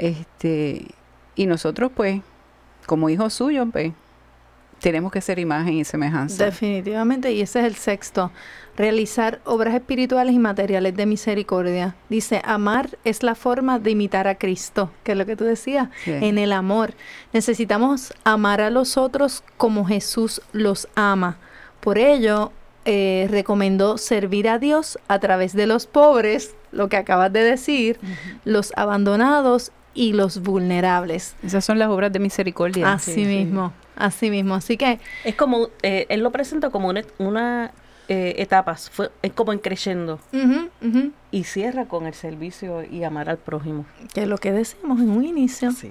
y nosotros pues como hijos suyos pues tenemos que ser imagen y semejanza. Definitivamente, y ese es el sexto, realizar obras espirituales y materiales de misericordia. Dice, amar es la forma de imitar a Cristo, que es lo que tú decías, en el amor. Necesitamos amar a los otros como Jesús los ama. Por ello, recomendó servir a Dios a través de los pobres, lo que acabas de decir, los abandonados y los vulnerables. Esas son las obras de misericordia. Así mismo. Así que es como, él lo presenta como una etapas, es como en creyendo. Y cierra con el servicio y amar al prójimo. Que es lo que decimos en un inicio. Sí,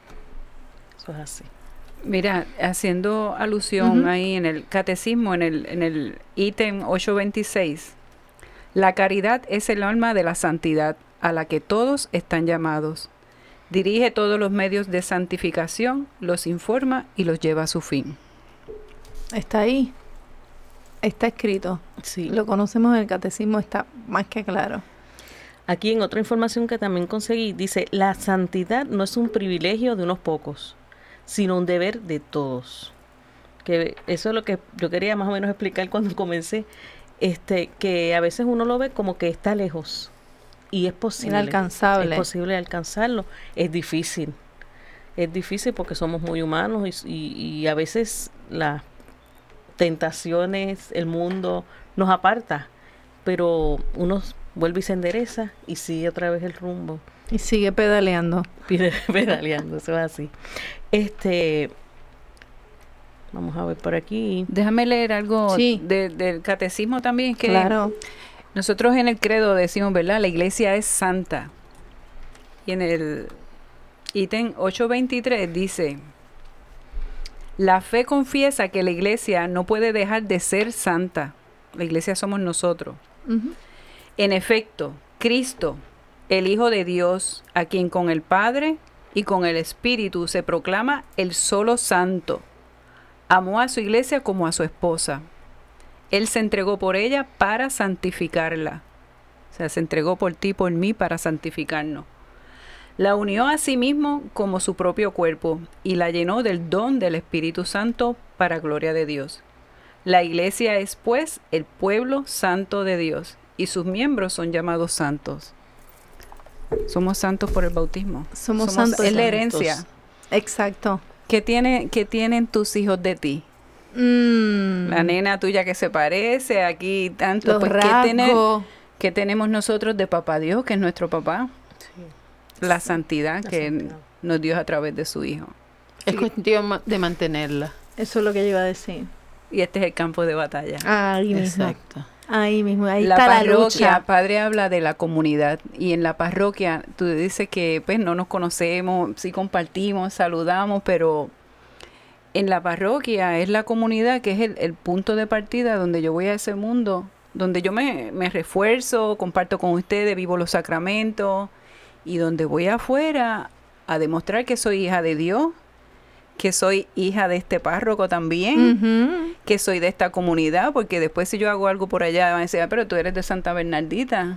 eso es así. Mira, haciendo alusión ahí en el catecismo, en el ítem 826, la caridad es el alma de la santidad a la que todos están llamados. Dirige todos los medios de santificación, los informa y los lleva a su fin. Está ahí, está escrito. Sí. Lo conocemos en el catecismo, está más que claro. Aquí en otra información que también conseguí, dice, la santidad no es un privilegio de unos pocos, sino un deber de todos. Que eso es lo que yo quería más o menos explicar cuando comencé, que a veces uno lo ve como que está lejos. Y es posible. Inalcanzable. Es posible alcanzarlo. Es difícil. Es difícil porque somos muy humanos y a veces las tentaciones, el mundo nos aparta. Pero uno vuelve y se endereza y sigue otra vez el rumbo. Y sigue pedaleando. Pedaleando, eso es así. Vamos a ver por aquí. Déjame leer algo del catecismo también. Que claro. Nosotros en el credo decimos, ¿verdad? La iglesia es santa. Y en el ítem 823 dice, la fe confiesa que la iglesia no puede dejar de ser santa. La iglesia somos nosotros. En efecto, Cristo, el Hijo de Dios, a quien con el Padre y con el Espíritu se proclama el solo santo, amó a su iglesia como a su esposa. Él se entregó por ella para santificarla. O sea, se entregó por ti y por mí para santificarnos. La unió a sí mismo como su propio cuerpo y la llenó del don del Espíritu Santo para gloria de Dios. La iglesia es, pues, el pueblo santo de Dios y sus miembros son llamados santos. Somos santos por el bautismo. Somos santos. Es la herencia. Exacto. ¿Qué tienen tus hijos de ti? La nena tuya que se parece, aquí tanto. Los pues, rasgos. ¿qué tenemos nosotros de papá Dios, que es nuestro papá? Sí. La santidad que nos dio a través de su Hijo. Es cuestión de mantenerla. Eso es lo que yo iba a decir. Y este es el campo de batalla. Ahí mismo. Exacto. Ahí mismo, ahí La está la parroquia, lucha. padre habla de la comunidad y en la parroquia tú dices que pues no nos conocemos, sí compartimos, saludamos, pero en la parroquia es la comunidad que es el punto de partida donde yo voy a ese mundo, donde yo me refuerzo, comparto con ustedes, vivo los sacramentos y donde voy afuera a demostrar que soy hija de Dios, que soy hija de este párroco también, Ujú. que soy de esta comunidad, porque después si yo hago algo por allá van a decir, pero tú eres de Santa Bernardita,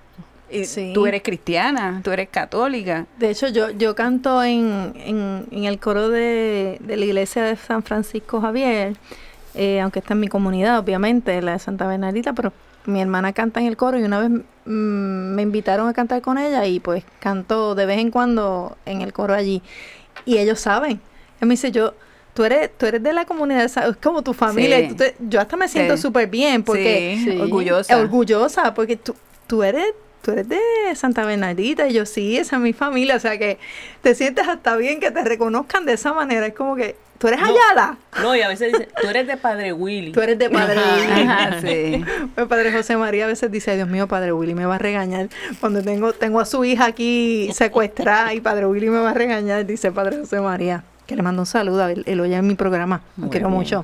y Sí. tú eres cristiana, tú eres católica. De hecho, yo canto en el coro de la iglesia de San Francisco Javier, aunque está en mi comunidad, obviamente, la de Santa Bernardita, pero mi hermana canta en el coro y una vez me invitaron a cantar con ella y pues canto de vez en cuando en el coro allí. Y ellos saben. Él me dice, tú eres de la comunidad, es como tu familia. Sí. Y yo hasta me siento Sí. súper bien porque Sí, orgullosa. orgullosa, porque tú eres de Santa Bernardita y yo sí, esa es mi familia, o sea que te sientes hasta bien que te reconozcan de esa manera, es como que tú eres No. Ayala, No, y a veces dice, tú eres de Padre Willy. tú eres de Padre Willy. Ajá, sí. Pues Padre José María a veces dice, Dios mío, Padre Willy me va a regañar cuando tengo a su hija aquí secuestrada y Padre Willy me va a regañar, dice Padre José María. Que le mando un saludo, él oye en mi programa, lo Muy quiero bien. mucho.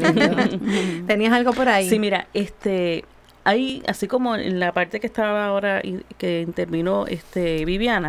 ¿Tenías algo por ahí? Sí, mira, hay, así como en la parte que estaba ahora y que intervino Viviana,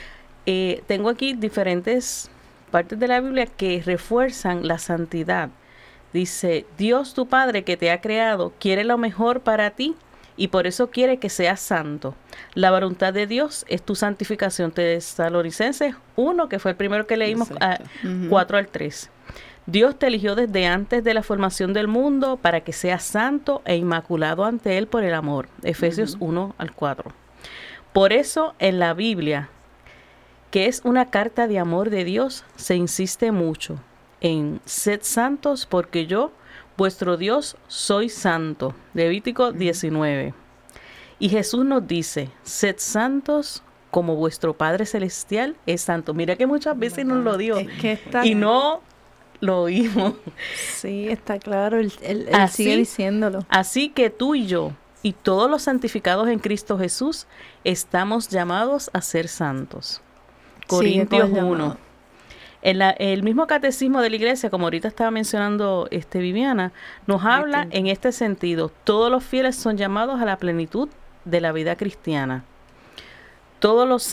tengo aquí diferentes partes de la Biblia que refuerzan la santidad. Dice, Dios tu Padre que te ha creado quiere lo mejor para ti y por eso quiere que seas santo. La voluntad de Dios es tu santificación. Tesalonicenses 1, que fue el primero que leímos, Exacto. 4 al 3. Dios te eligió desde antes de la formación del mundo para que seas santo e inmaculado ante Él por el amor. Efesios 1 al 4. Por eso en la Biblia, que es una carta de amor de Dios, se insiste mucho en sed santos porque yo, vuestro Dios, soy santo. Levítico 19. Y Jesús nos dice, sed santos como vuestro Padre Celestial es santo. Mira que muchas veces nos lo dio Es que está, y no lo oímos. sí, está claro, él Así- sigue diciéndolo. Así que tú y yo y todos los santificados en Cristo Jesús estamos llamados a ser santos. Corintios con el 1. llamado. En el mismo catecismo de la iglesia, como ahorita estaba mencionando Viviana, nos habla en este sentido. Todos los fieles son llamados a la plenitud de la vida cristiana. Todos los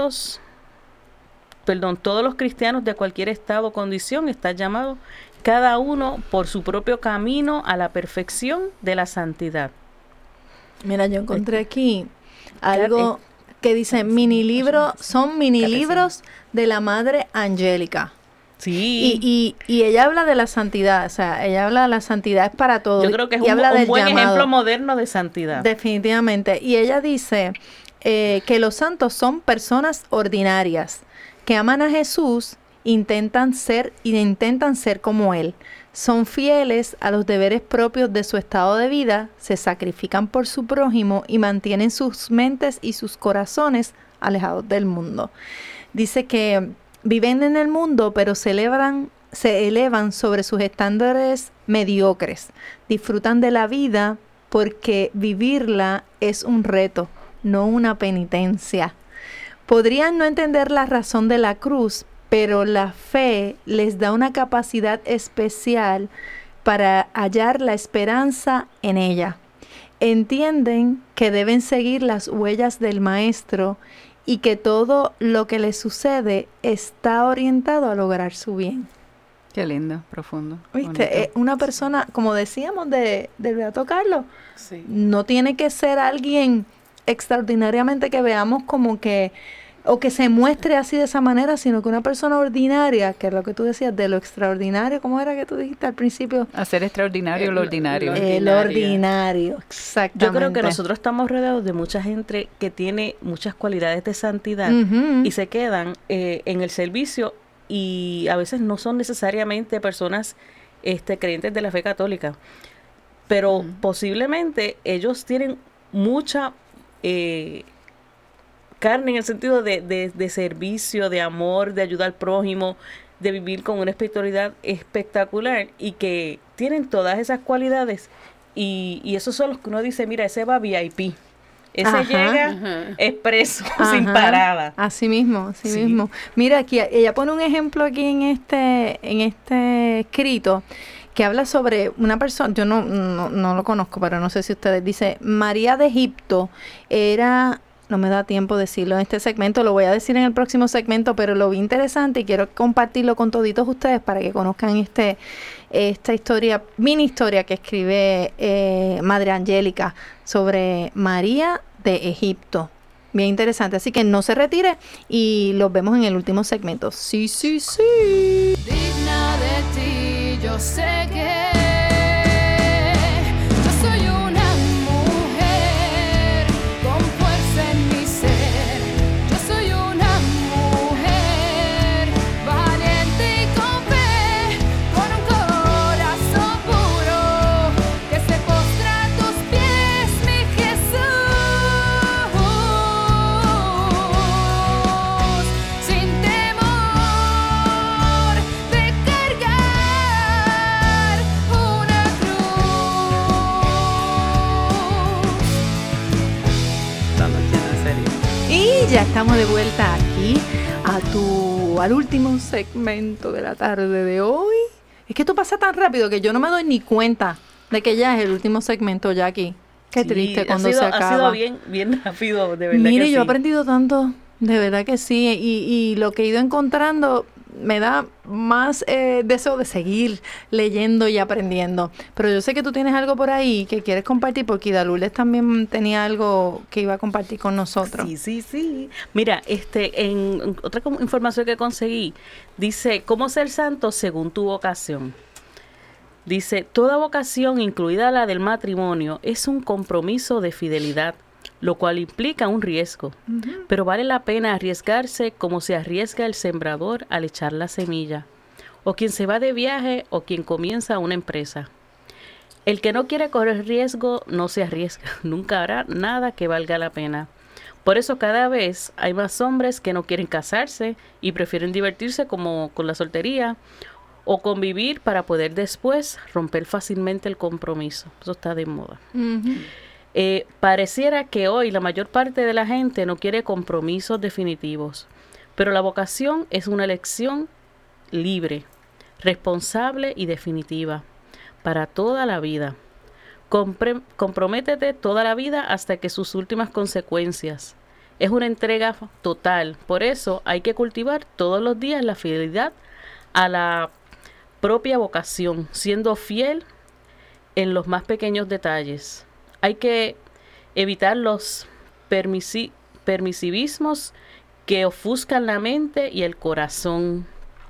cristianos de cualquier estado o condición están llamados cada uno por su propio camino a la perfección de la santidad. Mira, yo encontré aquí algo que dice mini libros de la Madre Angélica. Sí. Y ella habla de la santidad, o sea, ella habla de la santidad es para todos. Yo creo que es y habla un del buen llamado. ejemplo moderno de santidad. Definitivamente. Y ella dice que los santos son personas ordinarias que aman a Jesús, intentan ser como Él. Son fieles a los deberes propios de su estado de vida, se sacrifican por su prójimo y mantienen sus mentes y sus corazones alejados del mundo. Dice que viven en el mundo, pero se elevan sobre sus estándares mediocres. Disfrutan de la vida porque vivirla es un reto, no una penitencia. Podrían no entender la razón de la cruz, pero la fe les da una capacidad especial para hallar la esperanza en ella. Entienden que deben seguir las huellas del Maestro y que todo lo que les sucede está orientado a lograr su bien. Qué lindo, profundo. ¿Viste? Una persona, como decíamos del Beato Carlos, Sí. no tiene que ser alguien extraordinariamente que veamos como que, o que se muestre así de esa manera, sino que una persona ordinaria, que es lo que tú decías, de lo extraordinario, ¿cómo era que tú dijiste al principio? Hacer extraordinario lo ordinario. El ordinario, exactamente. Yo creo que nosotros estamos rodeados de mucha gente que tiene muchas cualidades de santidad Ujú. y se quedan en el servicio y a veces no son necesariamente personas creyentes de la fe católica, pero posiblemente ellos tienen mucha carne en el sentido de servicio, de amor, de ayuda al prójimo, de vivir con una espiritualidad espectacular y que tienen todas esas cualidades y esos son los que uno dice, mira, ese va VIP. Ese Ajá. llega expreso, sin Ajá. parada. Así mismo, así Sí. mismo. Mira, aquí ella pone un ejemplo aquí en este escrito que habla sobre una persona, yo no lo conozco, pero no sé si ustedes, dice, María de Egipto era, no me da tiempo decirlo en este segmento, lo voy a decir en el próximo segmento, pero lo vi interesante y quiero compartirlo con toditos ustedes para que conozcan esta historia, mini historia que escribe Madre Angélica sobre María de Egipto. Bien interesante, así que no se retire y los vemos en el último segmento. Sí, sí, sí. Digna de ti, yo sé que yo soy una mujer con fuerza en mi ser. Yo soy una mujer valiente y con fe, con un corazón puro que se postra a tus pies, mi Jesús, sin temor de cargar una cruz. Estando lleno, en serio. Y ya estamos de vuelta aquí al último segmento de la tarde de hoy. Es que esto pasa tan rápido que yo no me doy ni cuenta de que ya es el último segmento, Jackie. Qué Sí, triste cuando se acaba. Ha sido bien rápido, de verdad. Mire, que yo he sí. aprendido tanto, de verdad que sí, y lo que he ido encontrando me da más deseo de seguir leyendo y aprendiendo. Pero yo sé que tú tienes algo por ahí que quieres compartir, porque Ida Lourdes también tenía algo que iba a compartir con nosotros. Sí. Mira, en otra información que conseguí, dice, ¿cómo ser santo según tu vocación? Dice, toda vocación, incluida la del matrimonio, es un compromiso de fidelidad, lo cual implica un riesgo. Pero vale la pena arriesgarse como se arriesga el sembrador al echar la semilla, o quien se va de viaje, o quien comienza una empresa. El que no quiere correr riesgo no se arriesga, nunca hará nada que valga la pena. Por eso cada vez hay más hombres que no quieren casarse y prefieren divertirse como con la soltería o convivir para poder después romper fácilmente el compromiso. Eso está de moda. Pareciera que hoy la mayor parte de la gente no quiere compromisos definitivos, pero la vocación es una elección libre, responsable y definitiva para toda la vida. Comprométete toda la vida hasta que sus últimas consecuencias. Es una entrega total. Por eso hay que cultivar todos los días la fidelidad a la propia vocación, siendo fiel en los más pequeños detalles. Hay que evitar los permisivismos que ofuscan la mente y el corazón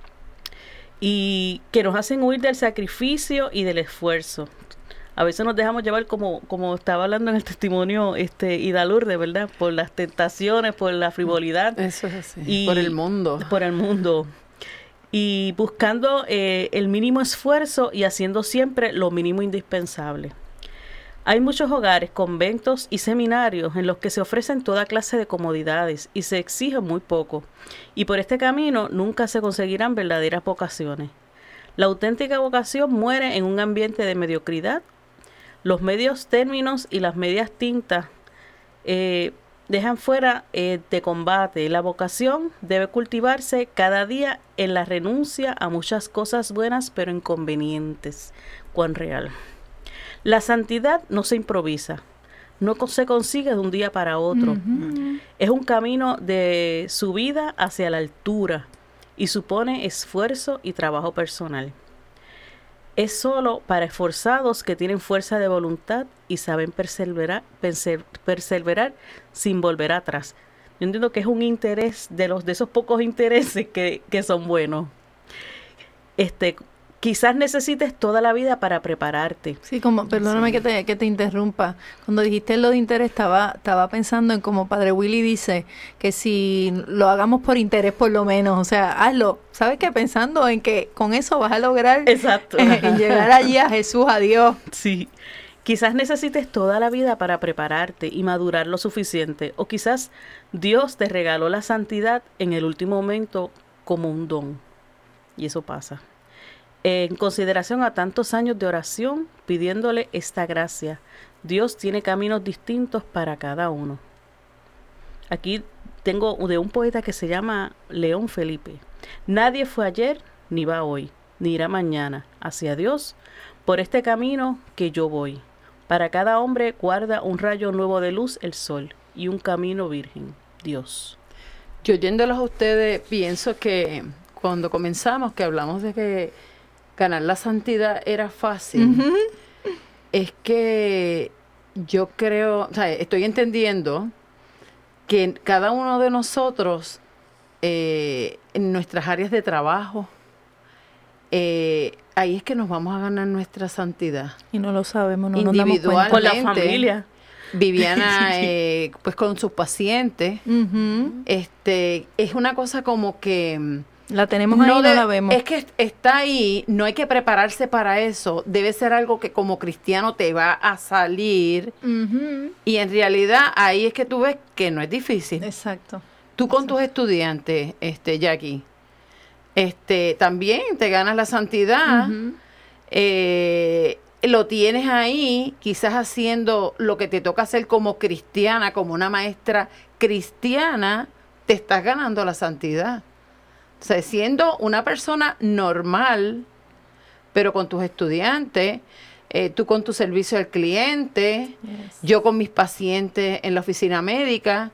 y que nos hacen huir del sacrificio y del esfuerzo. A veces nos dejamos llevar, como estaba hablando en el testimonio Ida Lourdes, ¿verdad? Por las tentaciones, por la frivolidad. Eso es así. Y por el mundo. Por el mundo. Y buscando el mínimo esfuerzo y haciendo siempre lo mínimo indispensable. Hay muchos hogares, conventos y seminarios en los que se ofrecen toda clase de comodidades y se exige muy poco. Y por este camino nunca se conseguirán verdaderas vocaciones. La auténtica vocación muere en un ambiente de mediocridad. Los medios términos y las medias tintas dejan fuera de combate. La vocación debe cultivarse cada día en la renuncia a muchas cosas buenas pero inconvenientes. Cuán real. La santidad no se improvisa, no se consigue de un día para otro. Es un camino de subida hacia la altura y supone esfuerzo y trabajo personal. Es solo para esforzados que tienen fuerza de voluntad y saben perseverar sin volver atrás. Yo entiendo que es un interés de esos pocos intereses que son buenos. Quizás necesites toda la vida para prepararte. Sí, perdóname que te interrumpa. Cuando dijiste lo de interés, estaba pensando en como Padre Willy dice, que si lo hagamos por interés por lo menos, o sea, hazlo. ¿Sabes qué? Pensando en que con eso vas a lograr Exacto. En llegar allí a Jesús, a Dios. Sí. Quizás necesites toda la vida para prepararte y madurar lo suficiente. O quizás Dios te regaló la santidad en el último momento como un don. Y eso pasa. En consideración a tantos años de oración, pidiéndole esta gracia. Dios tiene caminos distintos para cada uno. Aquí tengo de un poeta que se llama León Felipe. Nadie fue ayer, ni va hoy, ni irá mañana hacia Dios por este camino que yo voy. Para cada hombre guarda un rayo nuevo de luz el sol y un camino virgen, Dios. Yo oyéndolos a ustedes, pienso que cuando comenzamos, que hablamos de que ganar la santidad era fácil, es que yo creo, o sea, estoy entendiendo que cada uno de nosotros, en nuestras áreas de trabajo, ahí es que nos vamos a ganar nuestra santidad. Y no lo sabemos, no nos damos cuenta. Con la familia. Viviana, pues con sus pacientes, es una cosa como que la tenemos ahí, no la vemos. Es que está ahí, no hay que prepararse para eso. Debe ser algo que como cristiano te va a salir. Y en realidad ahí es que tú ves que no es difícil. Exacto. Tú con tus estudiantes, Jackie, también te ganas la santidad. Lo tienes ahí, quizás haciendo lo que te toca hacer como cristiana, como una maestra cristiana, te estás ganando la santidad. O sea, siendo una persona normal, pero con tus estudiantes, tú con tu servicio al cliente, yo con mis pacientes en la oficina médica.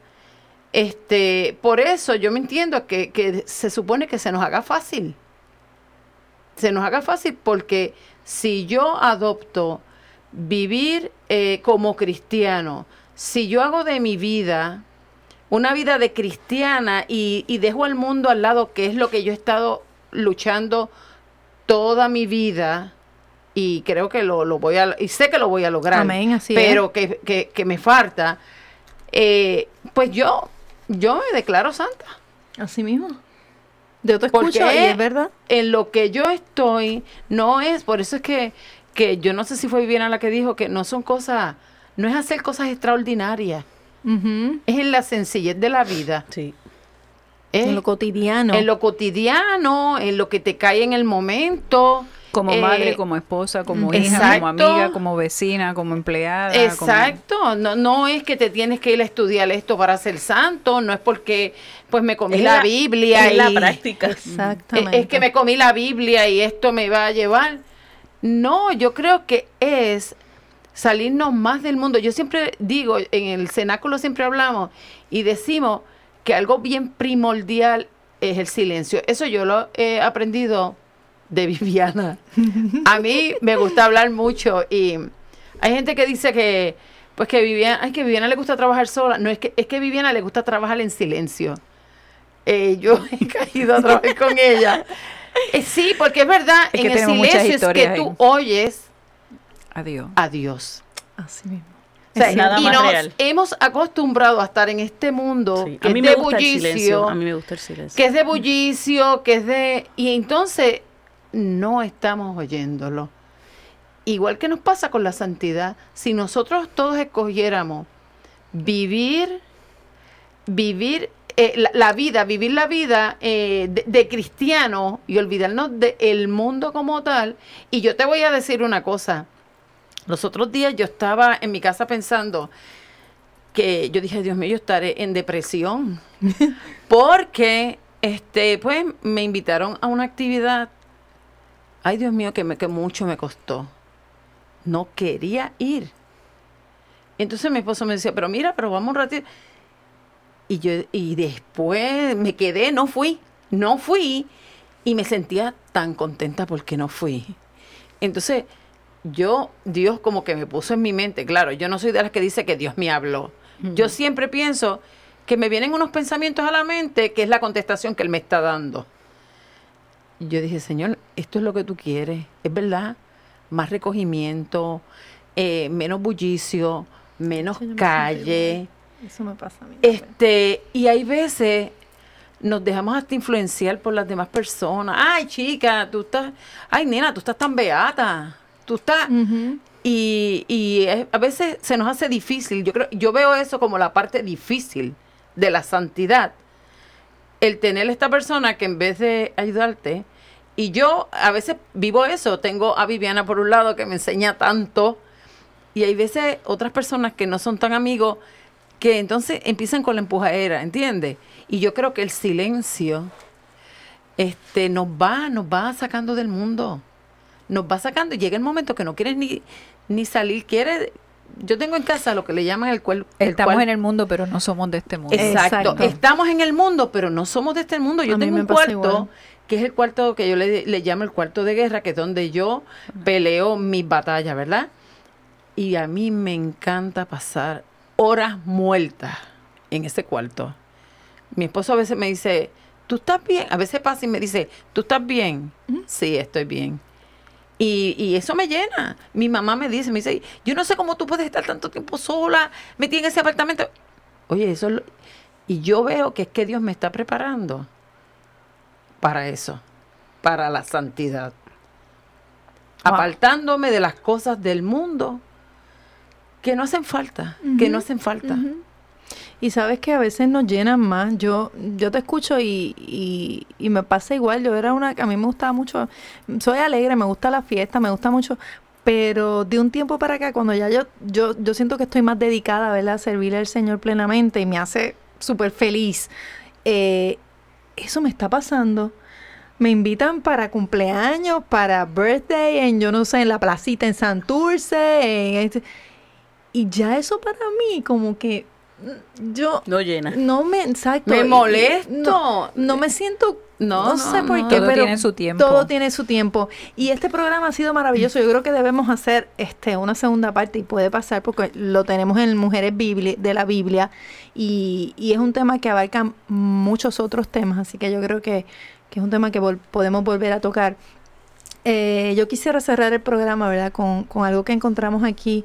Por eso yo me entiendo que se supone que se nos haga fácil. Se nos haga fácil porque si yo adopto vivir como cristiano, si yo hago de mi vida una vida de cristiana y dejo al mundo al lado, que es lo que yo he estado luchando toda mi vida, y creo que lo voy a, y sé que lo voy a lograr. Amén, así pero que me falta, pues yo me declaro santa. Así mismo. Yo te escucho y es verdad. En lo que yo estoy, no es, por eso es que yo no sé si fue Viviana la que dijo que no son cosas, no es hacer cosas extraordinarias. Es en la sencillez de la vida. Sí. En lo cotidiano. En lo cotidiano, en lo que te cae en el momento. Como madre, como esposa, como hija, como amiga, como vecina, como empleada. Exacto. No es que te tienes que ir a estudiar esto para ser santo, no es porque pues me comí la Biblia. Es la práctica. Exactamente. Es que me comí la Biblia y esto me va a llevar. No, yo creo que es salirnos más del mundo. Yo siempre digo, en el cenáculo siempre hablamos y decimos que algo bien primordial es el silencio. Eso yo lo he aprendido de Viviana. A mí me gusta hablar mucho y hay gente que dice que pues que Viviana le gusta trabajar sola. No, es que Viviana le gusta trabajar en silencio. Yo he caído a trabajar con ella. Sí, porque es verdad, es en el silencio es que tú oyes a Dios. Así mismo. O sea, nada y más nos real. hemos acostumbrado a estar en este mundo Sí. que A mí es me de gusta el silencio. bullicio, A mí me gusta el silencio. que es de bullicio, que es de... Y entonces no estamos oyéndolo. Igual que nos pasa con la santidad, si nosotros todos escogiéramos vivir la vida de cristiano y olvidarnos del mundo como tal. Y yo te voy a decir una cosa. Los otros días yo estaba en mi casa pensando que yo dije, Dios mío, yo estaré en depresión. Porque pues me invitaron a una actividad. Ay, Dios mío, que mucho me costó. No quería ir. Entonces mi esposo me decía, pero vamos un ratito. Y después me quedé, no fui. Y me sentía tan contenta porque no fui. Entonces, Dios como que me puso en mi mente, claro, yo no soy de las que dice que Dios me habló. Yo siempre pienso que me vienen unos pensamientos a la mente que es la contestación que Él me está dando. Y yo dije, Señor, esto es lo que tú quieres, es verdad, más recogimiento, menos bullicio, menos calle. Eso me pasa a mí. Y hay veces nos dejamos hasta influenciar por las demás personas. Ay, chica, nena, tú estás tan beata. Tú estás... Y a veces se nos hace difícil. Yo veo eso como la parte difícil de la santidad. El tener esta persona que en vez de ayudarte, Y yo a veces vivo eso. Tengo a Viviana por un lado que me enseña tanto. Y hay veces otras personas que no son tan amigos que entonces empiezan con la empujadera, ¿entiendes? Y yo creo que el silencio nos va sacando del mundo. Nos va sacando y llega el momento que no quieres ni salir. Yo tengo en casa lo que le llaman el cuerpo. Estamos en el mundo, pero no somos de este mundo. Exacto. Estamos en el mundo, pero no somos de este mundo. Yo tengo un cuarto, que es el cuarto que yo le llamo el cuarto de guerra, que es donde yo peleo mis batallas, ¿verdad? Y a mí me encanta pasar horas muertas en ese cuarto. Mi esposo a veces me dice, ¿tú estás bien? A veces pasa y me dice, ¿tú estás bien? Sí, estoy bien. Y eso me llena. Mi mamá me dice, yo no sé cómo tú puedes estar tanto tiempo sola, metida en ese apartamento. Oye, eso es y yo veo que es que Dios me está preparando para eso, para la santidad. Wow. Apartándome de las cosas del mundo que no hacen falta, que no hacen falta. Y sabes que a veces nos llenan más. Yo te escucho y me pasa igual. Yo era a mí me gustaba mucho, soy alegre, me gusta la fiesta, me gusta mucho, pero de un tiempo para acá, cuando ya yo siento que estoy más dedicada, ¿verdad?, a servirle al Señor plenamente y me hace súper feliz. Eso me está pasando. Me invitan para cumpleaños, para birthday, yo no sé, en la placita en Santurce, y ya eso para mí como que yo no llena. No me, exacto. Me molesto. No me siento, no sé por no. qué, Todo pero tiene su tiempo. Todo tiene su tiempo. Y este programa ha sido maravilloso. Yo creo que debemos hacer una segunda parte y puede pasar porque lo tenemos en Mujeres de la Biblia y es un tema que abarca muchos otros temas, así que yo creo que es un tema que podemos volver a tocar. Yo quisiera cerrar el programa, ¿verdad?, con algo que encontramos aquí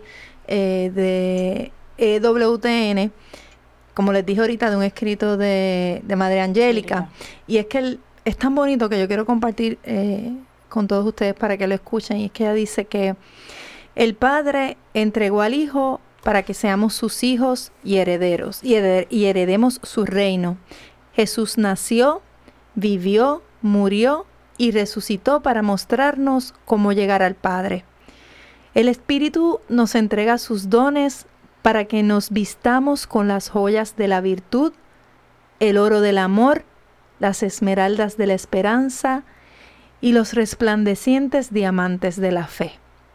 de EWTN, como les dije ahorita, de un escrito de Madre Angélica. Y es que es tan bonito que yo quiero compartir con todos ustedes para que lo escuchen. Y es que ella dice que el Padre entregó al Hijo para que seamos sus hijos y herederos, y heredemos su reino. Jesús nació, vivió, murió y resucitó para mostrarnos cómo llegar al Padre. El Espíritu nos entrega sus dones para que nos vistamos con las joyas de la virtud, el oro del amor, las esmeraldas de la esperanza y los resplandecientes diamantes de la fe.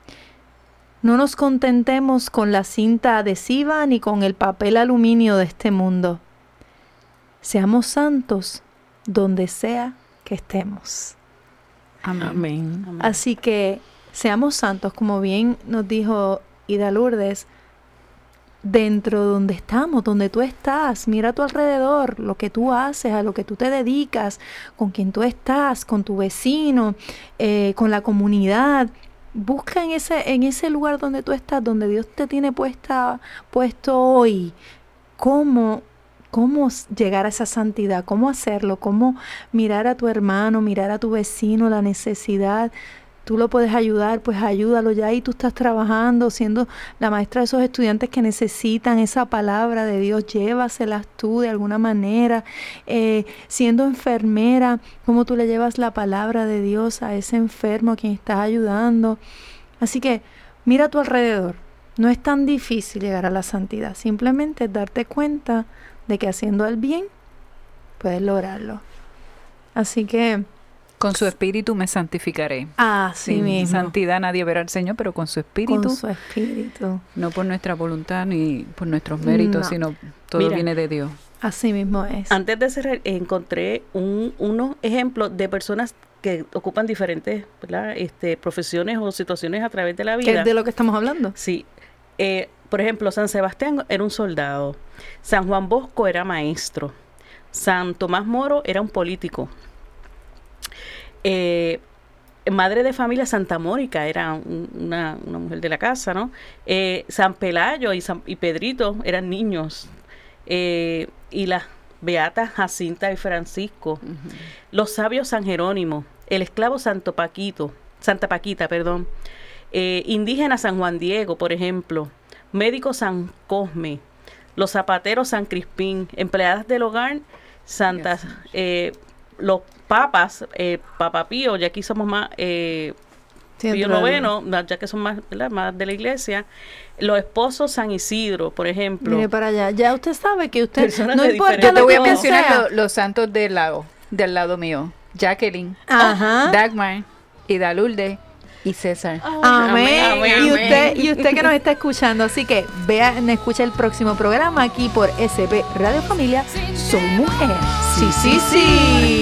No nos contentemos con la cinta adhesiva ni con el papel aluminio de este mundo. Seamos santos donde sea que estemos. Amén. Amén. Así que seamos santos, como bien nos dijo Ida Lourdes, dentro de donde estamos, donde tú estás. Mira a tu alrededor, lo que tú haces, a lo que tú te dedicas, con quien tú estás, con tu vecino, con la comunidad. Busca en ese lugar donde tú estás, donde Dios te tiene puesto hoy, cómo llegar a esa santidad, cómo hacerlo, cómo mirar a tu hermano, mirar a tu vecino, la necesidad. Tú lo puedes ayudar, pues ayúdalo. Ya ahí tú estás trabajando, siendo la maestra de esos estudiantes que necesitan esa palabra de Dios. Llévaselas tú de alguna manera. Siendo enfermera, cómo tú le llevas la palabra de Dios a ese enfermo a quien estás ayudando. Así que mira a tu alrededor. No es tan difícil llegar a la santidad. Simplemente darte cuenta de que haciendo el bien puedes lograrlo. Así que con su espíritu me santificaré. Así mismo. Santidad nadie verá al Señor, pero con su espíritu. Con su espíritu. No por nuestra voluntad ni por nuestros méritos, sino todo viene de Dios. Así mismo es. Antes de cerrar, encontré unos ejemplos de personas que ocupan diferentes, ¿verdad?, profesiones o situaciones a través de la vida. ¿Qué es de lo que estamos hablando? Sí. Por ejemplo, San Sebastián era un soldado. San Juan Bosco era maestro. San Tomás Moro era un político. Madre de familia Santa Mónica era una mujer de la casa, ¿no? San Pelayo y Pedrito eran niños. Y las beatas Jacinta y Francisco. Los sabios San Jerónimo. El esclavo Santa Paquita, indígena San Juan Diego, por ejemplo. Médico San Cosme. Los zapateros San Crispín. Empleadas del hogar Santas los papas, Papa Pío, ya aquí somos más... Pío noveno, ya que son más, ¿verdad?, más de la iglesia. Los esposos San Isidro, por ejemplo. Mire para allá. Ya usted sabe que usted... Personas No de importa diferentes- Yo te lo voy que a usted mencionar sea. los santos del lado mío. Jacqueline, Ajá. Dagmar, Ida Lourdes y César. Amén. Amén, Y usted que nos está escuchando, así que vean, escucha el próximo programa aquí por SP Radio Familia. Soy mujer. Sí, sí, sí.